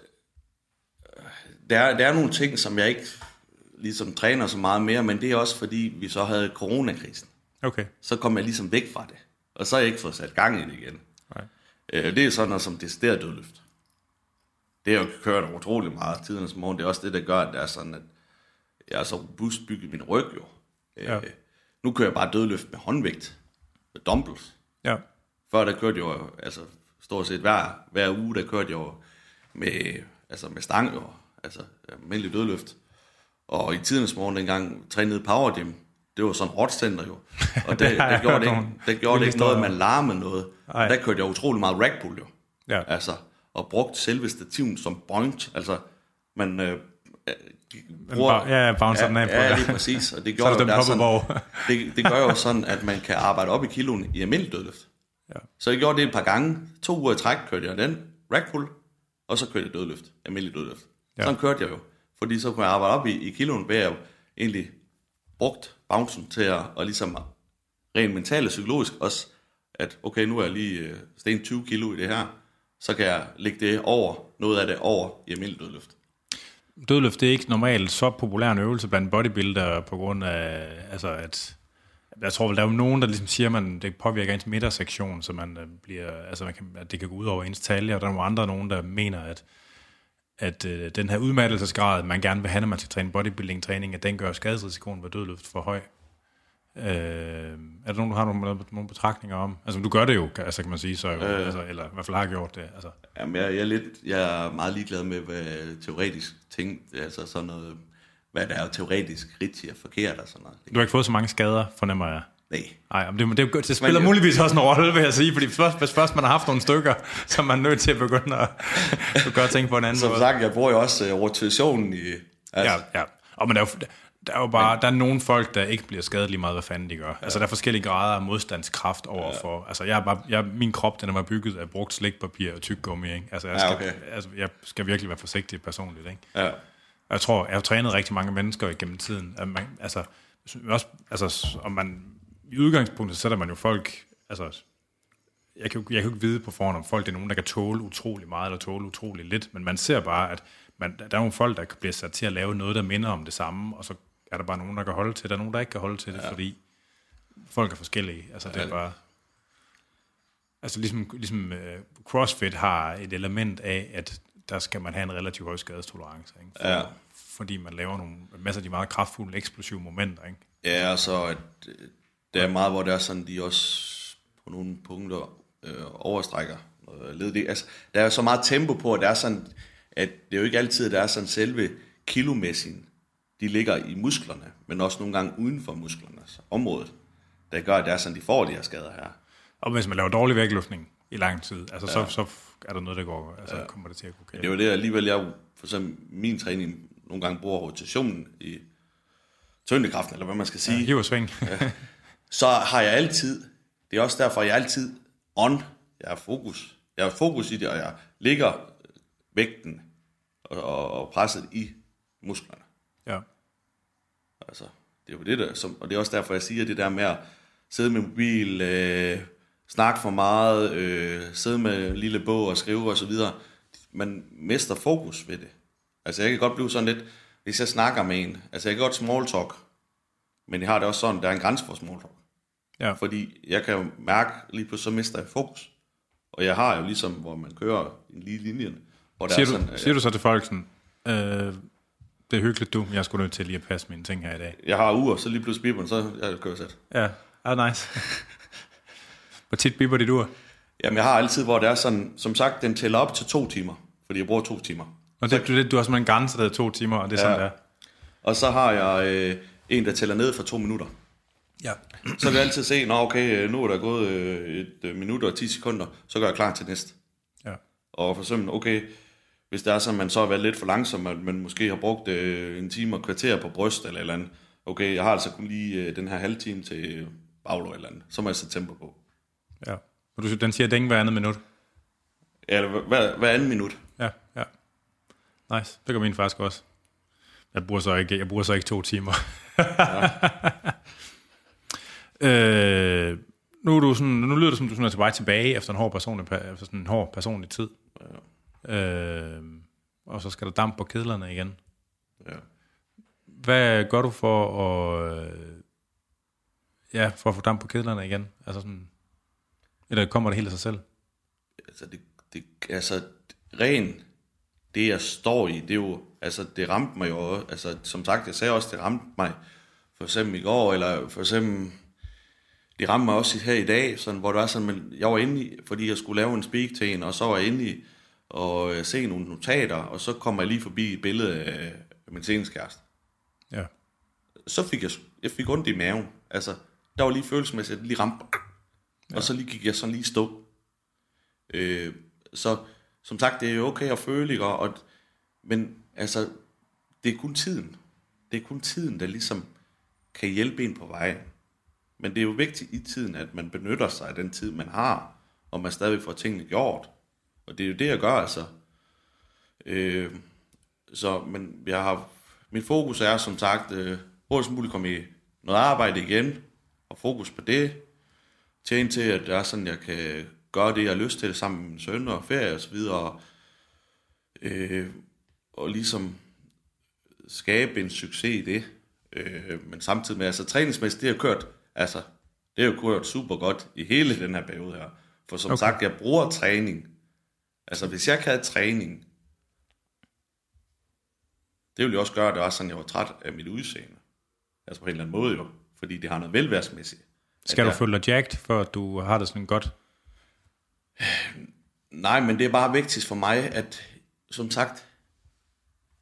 der er nogle ting, som jeg ikke ligesom træner så meget mere, men det er også fordi, vi så havde coronakrisen. Okay. Så kom jeg ligesom væk fra det, og så har jeg ikke fået sat gang i det igen. Nej. Det er sådan noget som decideret dødløft. Det har jo kørt utrolig meget tidernes morgen. Det er også det, der gør, at det er sådan, at jeg er så robust bygget min ryg jo. Ja. Nu kører jeg bare dødløft med håndvægt, med dumbbells. Ja. Før der kørte jo, altså stort set hver uge, der kørte jo med stang jo, altså almindelig dødløft. Og i tidens morgen dengang trænede power gym, det var sådan et center jo. Og det gjorde det ikke noget, man larmede noget. Der kørte jeg utrolig meget rack pull jo. Ja. Altså, og brugte selve stativen som point. Altså, man bruger... bouncer den af på. Ja, lige præcis. Og det gjorde så det sådan, det gør jo sådan, at man kan arbejde op i kiloen i almindelig dødløft. Ja. Så jeg gjorde det et par gange. 2 uger i træk kørte jeg den, rack pull, og så kørte jeg dødløft, almindelig dødløft. Ja. Sådan kørte jeg jo. Fordi så kunne jeg arbejde op i kiloen, ved jeg jo egentlig brugt bouncen til at ligesom rent mentalt og psykologisk også, at okay, nu er jeg lige sten 20 kilo i det her, så kan jeg lægge det over, noget af det over i almindelig dødløft. Dødløft, det er ikke normalt så populær en øvelse blandt bodybuildere på grund af, altså at, jeg tror vel, der er jo nogen, der ligesom siger, at det påvirker ens midtersektion, så man bliver, altså at det kan gå ud over ens talje, og der er nogle andre nogen, der mener, at den her udmattelsesgrad, man gerne vil have, når man skal træne bodybuilding-træning, at den gør skadesrisikoen ved dødløft for høj. Er der nogen, du har nogle betragtninger om? Altså, du gør det jo, altså, kan man sige, så jo, altså, eller i hvert fald har gjort det. Altså. Jamen, jeg er meget ligeglad med, hvad teoretisk ting, altså sådan noget, hvad der er teoretisk rigtigt og forkert og sådan noget. Du har ikke fået så mange skader, fornemmer jeg? Nej, men det spiller muligvis også en rolle, vil jeg sige, fordi hvis først man har haft nogle stykker, så er man nødt til at begynde at gøre ting på en anden måde. Som sagt, jeg bruger jo også rotationen i... Altså. Ja. Og men der er jo bare, der er nogle folk, der ikke bliver skadet lige meget, hvad fanden de gør. Ja. Altså, der er forskellige grader af modstandskraft overfor. Ja. Altså, min krop, den er brugt af brugt slikpapir og tyggegummi, ikke? Altså, jeg skal virkelig være forsigtig personligt, ikke? Ja. Jeg tror, jeg har trænet rigtig mange mennesker igennem tiden. At man, om man i udgangspunktet sætter man jo folk, altså, jeg kan jo ikke vide på forhånd, om folk det er nogen, der kan tåle utrolig meget, eller tåle utrolig lidt, men man ser bare, at der er nogle folk, der bliver sat til at lave noget, der minder om det samme, og så er der bare nogen, der kan holde til det, der er nogen, der ikke kan holde til det, fordi folk er forskellige. Altså, det er bare... Altså, ligesom CrossFit har et element af, at der skal man have en relativt høj skadestolerance, ikke? Fordi man laver masser af de meget kraftfulde, eksplosive momenter, ikke? Ja, og så at der er meget, hvor det er sådan, de også på nogle punkter overstrækker ledet. Altså, der er så meget tempo på, at det er sådan, at det er jo ikke altid, at der er sådan selve kilomæssigt, de ligger i musklerne, men også nogle gange uden for musklernes område, der gør, at det er sådan, de får de her skader her. Og hvis man laver dårlig vægtløftning i lang tid, altså så er der noget, der går, altså kommer det til at gå galt. Det er jo det, alligevel jeg, for eksempel min træning, nogle gange bruger rotationen i tyngdekraften, eller hvad man skal sige. Hiv og sving. Så har jeg altid, det er også derfor, jeg altid jeg har fokus. Jeg har fokus i det, og jeg ligger vægten og presset i musklerne. Ja. Altså, det er jo det der, og det er også derfor, jeg siger det der med at sidde med mobil, snakke for meget, sidde med en lille bog og skrive og så videre. Man mister fokus ved det. Altså, jeg kan godt blive sådan lidt, hvis jeg snakker med en, altså jeg kan godt small talk, men jeg har det også sådan, der er en grænse for small talk. Ja. Fordi jeg kan jo mærke, lige pludselig så mister jeg fokus. Og jeg har jo ligesom, hvor man kører en lige linje. Siger du så til folk sådan, det er hyggeligt du, jeg skulle nødt til lige at passe mine ting her i dag. Jeg har uger, så lige pludselig bipper så jeg kører sæt. Ja, nice. Hvor tit bipper dit ur? Jamen jeg har altid, hvor det er sådan, som sagt, den tæller op til 2 timer, fordi jeg bruger 2 timer. Og du har simpelthen en grænse, der er 2 timer, og det er sådan der. Og så har jeg en, der tæller ned for 2 minutter. Ja. Så vil jeg altid se, okay, nu er der gået 1 minut og 10 sekunder, så gør jeg klar til næste. Ja. Og for eksempel, okay, hvis det er sådan, man så har været lidt for langsom, at man måske har brugt 1 time og kvarter på bryst eller et eller andet. Okay, jeg har altså kun lige den her halve time til baglov eller andet. Så må jeg sætte tempo på. Ja. Og den siger dænge hver andet minut? Ja, hver anden minut. Ja. Nice, det gør min faktisk også. Jeg bruger så ikke 2 timer. Nu lyder det som, du er tilbage efter en hård personlig tid. Ja. Og så skal der damp på kedlerne igen. Ja. Hvad gør du for at få damp på kedlerne igen? Altså sådan, eller kommer det helt af sig selv? Altså ren det jeg står i, det er jo, altså det ramte mig jo, altså som sagt, jeg sagde også, det ramte mig for eksempel i går, eller for eksempel, det ramte mig også her i dag, sådan, hvor det var sådan, men jeg var inde i, fordi jeg skulle lave en speak til en, og så var jeg inde i og se nogle notater, og så kom jeg lige forbi et billede af min seneskæreste. Ja. Så fik jeg fik ondt i maven, altså, der var lige følelsesmæssigt, at det lige ramte, og så lige gik jeg sådan lige stå. Så som sagt, det er jo okay at føle, ikke? Men altså, det er kun tiden. Det er kun tiden, der ligesom kan hjælpe en på vejen. Men det er jo vigtigt i tiden, at man benytter sig af den tid, man har, og man stadig får tingene gjort. Og det er jo det, jeg gør, altså. Men min fokus er, som sagt, hurtigst muligt komme i noget arbejde igen, og fokus på det, til indtil, at det er sådan, jeg kan gøre det, jeg har lyst til, sammen med min søn og ferie og så videre, og ligesom skabe en succes i det, men samtidig med, altså træningsmæssigt, det har jo kørt super godt i hele den her periode her, for som sagt, jeg bruger træning, altså hvis jeg ikke havde træning, det ville jo også gøre, at det var sådan, jeg var træt af mit udseende, altså på en eller anden måde jo, fordi det har noget velværsmæssigt. Skal du føle dig jacked, for at du har det sådan godt? Nej, men det er bare vigtigt for mig, at som sagt,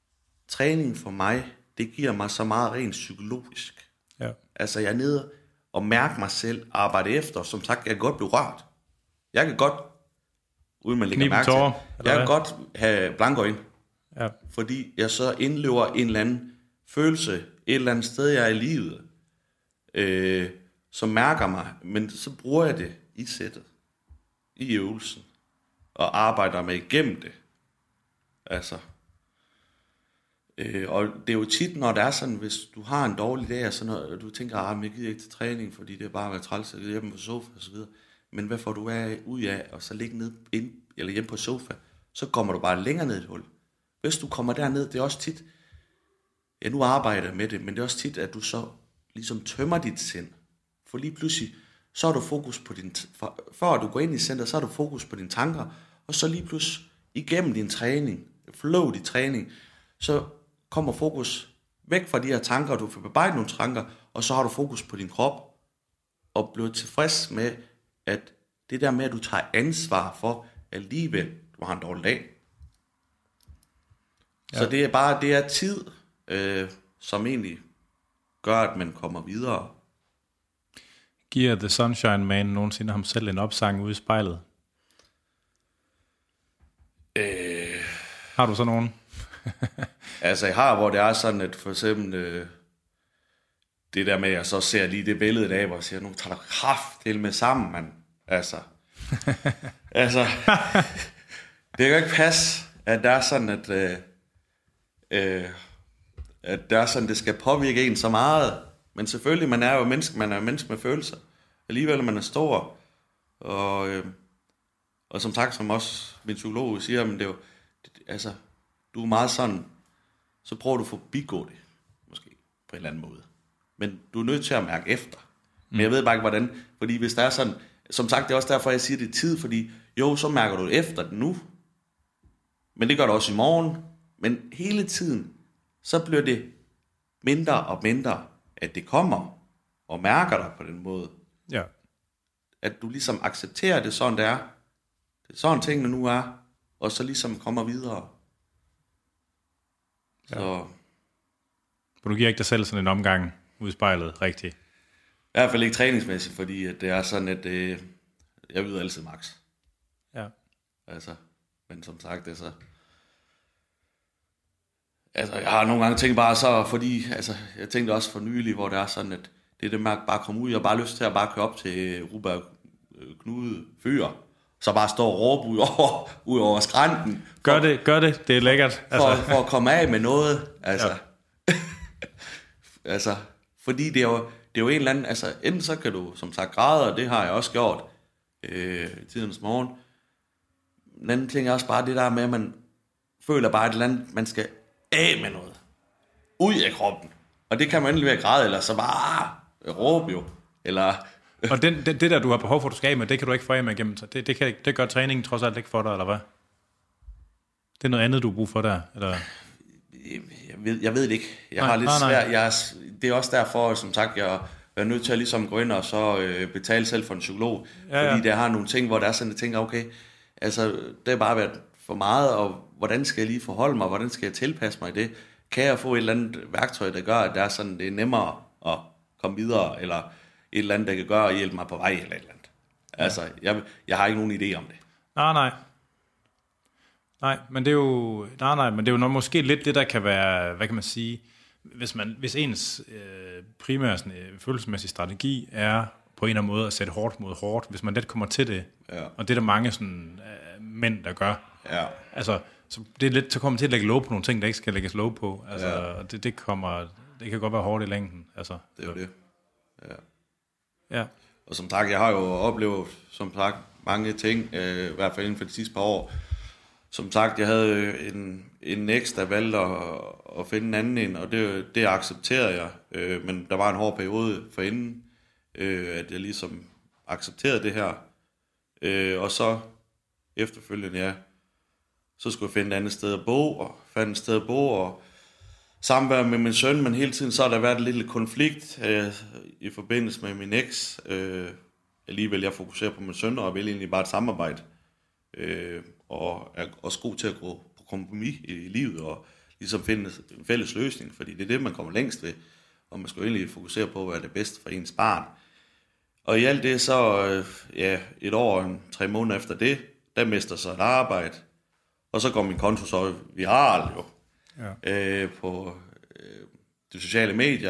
træning for mig, det giver mig så meget rent psykologisk. Ja. Altså jeg er nede at mærke mig selv, arbejde efter. Som sagt, jeg kan godt blive rørt. Jeg kan godt, uden man lægger mærke til, jeg kan godt have blanke øjne. Ja. Fordi jeg så indlever en eller anden følelse, et eller andet sted, jeg er i livet, som mærker mig, men så bruger jeg det i sættet, i øvelsen, og arbejder mig igennem det. Altså. Og det er jo tit, når det er sådan, hvis du har en dårlig dag, og sådan noget, og du tænker, jeg gider ikke til træning, fordi det er bare at være træls, og hjemme på sofa og så videre. Men hvad får du ud af, og så ligge ned eller hjemme på sofa, så kommer du bare længere ned i et hul. Hvis du kommer derned, det er også tit, ja, nu arbejder jeg med det, men det er også tit, at du så ligesom tømmer dit sind. For lige pludselig, så har du fokus på før du går ind i centret, så har du fokus på dine tanker, og så lige pludselig igennem din træning, flow i træning, så kommer fokus væk fra de her tanker, og du får bearbejdet nogle tanker, og så har du fokus på din krop, og bliver tilfreds med, at det der med, at du tager ansvar for alligevel, du har en dårlig dag. Ja. Så det er tid, som egentlig gør, at man kommer videre. Giver The Sunshine Man nogensinde ham selv en opsang ude i spejlet? Har du så nogen? Altså jeg har, hvor det er sådan, at for eksempel det der med, at jeg så ser lige det billede af, hvor jeg siger, nu tager der kraft til med sammen, mand. Altså, det kan jo ikke passe, at der er sådan, at der er sådan, det skal påvirke en så meget. Men selvfølgelig, man er jo menneske med følelser. Alligevel man er stor. Og som sagt, som også min psykolog siger, men det er jo, altså, du er meget sådan, så prøver du at forbigå det, måske, på en eller anden måde. Men du er nødt til at mærke efter. Men jeg ved bare ikke, hvordan, fordi hvis der er sådan, som sagt, det er også derfor, jeg siger, det er tid, fordi jo, så mærker du efter det nu, men det gør du også i morgen, men hele tiden, så bliver det mindre og mindre, at det kommer, og mærker dig på den måde. Ja. At du ligesom accepterer det, sådan det er. Det er sådan tingene nu er, og så ligesom kommer videre. Ja. Så. Men du giver ikke dig selv sådan en omgang ud i spejlet, rigtigt? I hvert fald ikke træningsmæssigt, fordi at det er sådan, at jeg yder altid max. Ja. Altså, men som sagt, det er så. Altså, jeg har nogle gange tænkt bare så, fordi, altså, jeg tænkte også for nylig, hvor det er sådan, at det er det med at bare komme ud, og bare lyst til at bare køre op til Ruba Knude Fyr, så bare stå og råbe ud over skrænten. Gør det, det er lækkert. Altså. For at komme af med noget, altså. Ja. Altså, fordi det er jo en eller anden, altså, enten så kan du, som sagt, græde, og det har jeg også gjort i tidens morgen. En anden ting er også bare det der med, at man føler bare et eller andet, man skal af med noget. Ud af kroppen. Og det kan man endelig være græde, eller så bare råbe jo. Eller. Og det der, du har behov for, at du skal af med, det kan du ikke få af med igennem. Det gør træningen trods alt ikke for dig, eller hvad? Det er noget andet, du har brug for der, eller? Jeg ved det ikke. Jeg har lidt svært. Det er også derfor, som sagt, jeg er nødt til at ligesom gå ind og så betale selv for en psykolog. Ja. Fordi der har nogle ting, hvor der er sådan, jeg tænker, okay, altså, det er bare været for meget, og hvordan skal jeg lige forholde mig, hvordan skal jeg tilpasse mig i det? Kan jeg få et eller andet værktøj, der gør, at det er sådan, det er nemmere at komme videre, eller et eller andet, der kan gøre at hjælpe mig på vej, eller et eller andet. Ja. Altså, jeg har ikke nogen idé om det. Nej, men det er jo men det er jo nok måske lidt det, der kan være, hvad kan man sige, hvis ens primære følelsesmæssige strategi er på en eller anden måde at sætte hårdt mod hårdt, hvis man let kommer til det, ja. Og det er der mange sådan mænd, der gør. Ja. Altså, så det er lidt, så kommer man til at lægge låg på nogle ting, der ikke skal lægges låg på. Altså, ja. Og det kan godt være hårdt i længden. Altså, det er jo det. Ja. Ja. Og som sagt, jeg har jo oplevet, som sagt, mange ting, i hvert fald inden for de sidste par år. Som sagt, jeg havde en eks, der valgte at finde en anden en, og det accepterede jeg. Men der var en hård periode forinden, at jeg ligesom accepterede det her. Og så efterfølgende, ja, så skulle jeg finde et andet sted at bo, og fandt et sted at bo, og samvær med min søn, men hele tiden så har der været en lille konflikt i forbindelse med min eks. Alligevel jeg fokuserer på min søn, og vil egentlig bare et samarbejde. Og er også god til at gå på kompromis i livet, og ligesom finde en fælles løsning, fordi det er det, man kommer længst ved, og man skal jo egentlig fokusere på, hvad er det bedste for ens barn. Og i alt det så, et år, 3 måneder efter det, der mister så et arbejde. Og så går min konto så viral jo. Ja. På de sociale medier.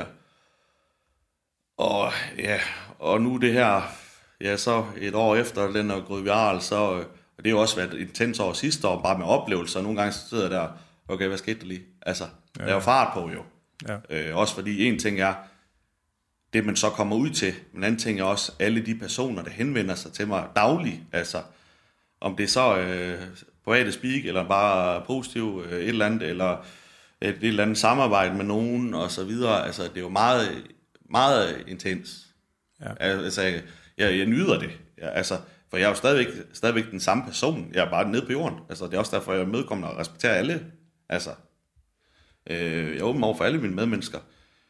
Og nu det her, så et år efter den er gået viral, så og det har jo også været et intens år sidste år, bare med oplevelser. Nogle gange så sidder jeg der, okay, hvad skete der lige? Altså, der er jo fart på jo. Ja. Også fordi en ting er, det man så kommer ud til, men anden ting er også alle de personer, der henvender sig til mig dagligt. Altså, om det er så private speak, eller bare positiv et eller andet, eller et eller andet samarbejde med nogen, og så videre. Altså, det er jo meget, meget intens. Ja. Altså, jeg nyder det. Altså, for jeg er jo stadigvæk den samme person. Jeg er bare nede på jorden. Altså, det er også derfor, jeg er medkommende og respekterer alle. Altså, jeg er åben over for alle mine medmennesker.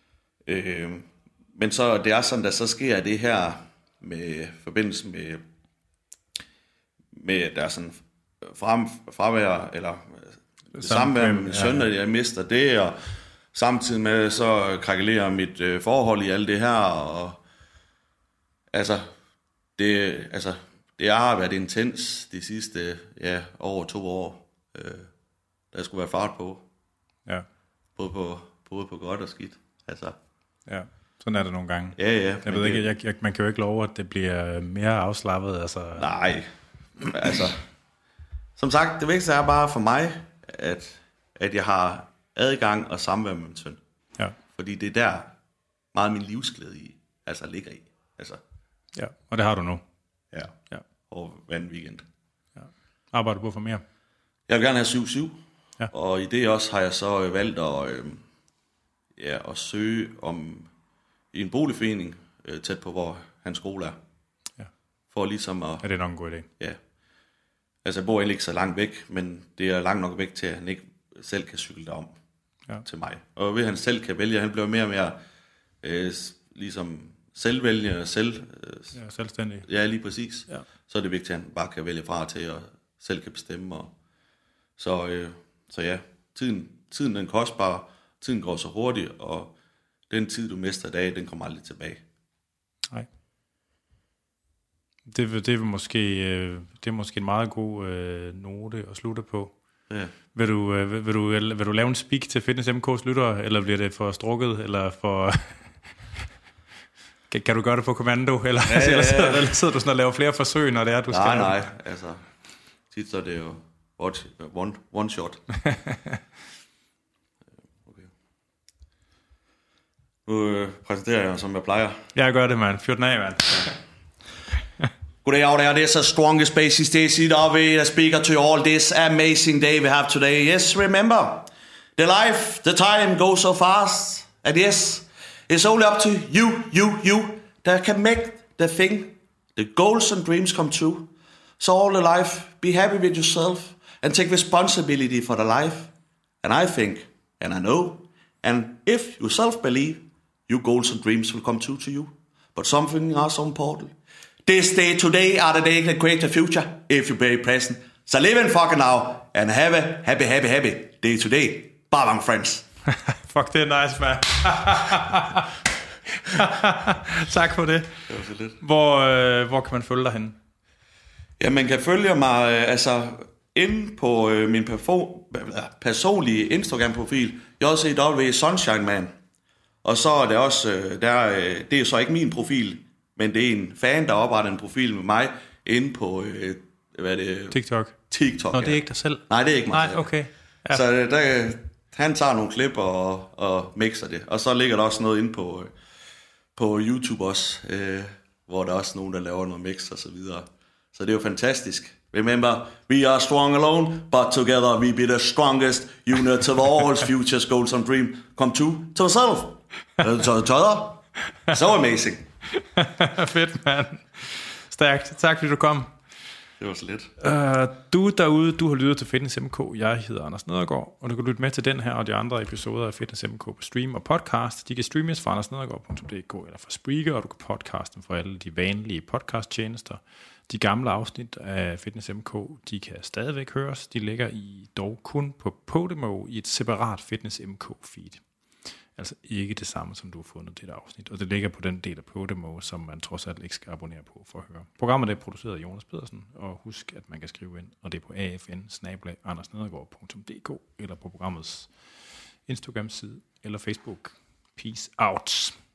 Men så det er sådan, der så sker det her med forbindelse med der er sådan fravær, eller samvær med min søn, at jeg mister det, og samtidig med så krakelerer mit forhold i alt det her, og det har været intens de sidste over 2 år. Der skulle være fart på. Ja. Både på godt og skidt. Altså. Ja. Sådan er det nogle gange. Ja. Jeg ved ikke, man kan jo ikke love, at det bliver mere afslappet. Altså. Nej, altså, som sagt, det vigtigste er bare for mig, at jeg har adgang og samvær med min søn. Ja. Fordi det er der meget min livsglæde ligger i. Altså. Ja, og det har du nu. Ja. Og hver en weekend. Ja. Arbejder du på for mere? Jeg vil gerne have 7-7. Ja. Og i det også har jeg så valgt at søge om i en boligforening tæt på, hvor hans skole er. Ja. For ligesom at... Er det nok en god idé? Ja. Altså, jeg bor egentlig ikke så langt væk, men det er langt nok væk til, at han ikke selv kan cykle derom til mig. Og ved han selv kan vælge, han bliver mere og mere ligesom selvvælgende og selvstændig. Ja, lige præcis. Ja. Så er det vigtigt, at han bare kan vælge fra til og selv kan bestemme. Så ja, tiden den kostbar, tiden går så hurtigt, og den tid, du mister i dag, den kommer aldrig tilbage. Nej. Det er måske en meget god note at slutte på. Ja. Vil du lave en speak til Fitness MK's lyttere, eller bliver det for strukket, eller for... Kan du gøre det på kommando, eller sidder du sådan og laver flere forsøg, når det er, du skal... Nej, altså, tit så er det jo one shot. Nu præsenterer jeg, som jeg plejer. Jeg gør det, mand. Fyr den af, mand. Good day out there. This is the strongest basis Stacy Darby, the speaker to all this amazing day we have today. Yes, remember, the time goes so fast. And yes, it's only up to you that can make the goals and dreams come true. So all the life, be happy with yourself and take responsibility for the life. And I think, and I know, and if you self-believe, your goals and dreams will come true to you. But something is so important. This day today are the day that create the future if you be present. So live in fucking now and have a happy day today. Bye, my friends. Fuck, det er nice, man. Tak for det. Det var så lidt. Hvor kan man følge dig henne? Ja, man kan følge mig inde på min personlige Instagram-profil, JCW Sunshine Man. Og så er det også, det er så ikke min profil, men det er en fan, der opretter en profil med mig inde på, TikTok. Nå, det er ikke dig selv? Nej, det er ikke mig selv. Okay. Ja. Så han tager nogle klip og mixer det. Og så ligger der også noget inde på YouTube også, hvor der er også nogen, der laver noget mix og så videre. Så det er jo fantastisk. Remember, we are strong alone, but together we be the strongest unit of all futures, goals and dreams come true to ourselves. So amazing. Fedt, mand. Stærkt. Tak, fordi du kom. Det var så lidt. Du derude, du har lyttet til Fitness MK. Jeg hedder Anders Nedergaard, og du kan lytte med til den her og de andre episoder af Fitness MK på stream og podcast. De kan streames fra andersnedergaard.dk eller fra Spreaker, og du kan podcaste dem fra alle de vanlige podcasttjenester. De gamle afsnit af Fitness MK, de kan stadigvæk høres. De ligger dog kun på Podimo i et separat Fitness MK feed. altså ikke det samme, som du har fundet det afsnit. Og det ligger på den del af Podimo, som man trods alt ikke skal abonnere på for at høre. Programmet er produceret af Jonas Pedersen, og husk, at man kan skrive ind, og det er på afn@andersnedergaard.dk eller på programmets Instagram-side eller Facebook. Peace out.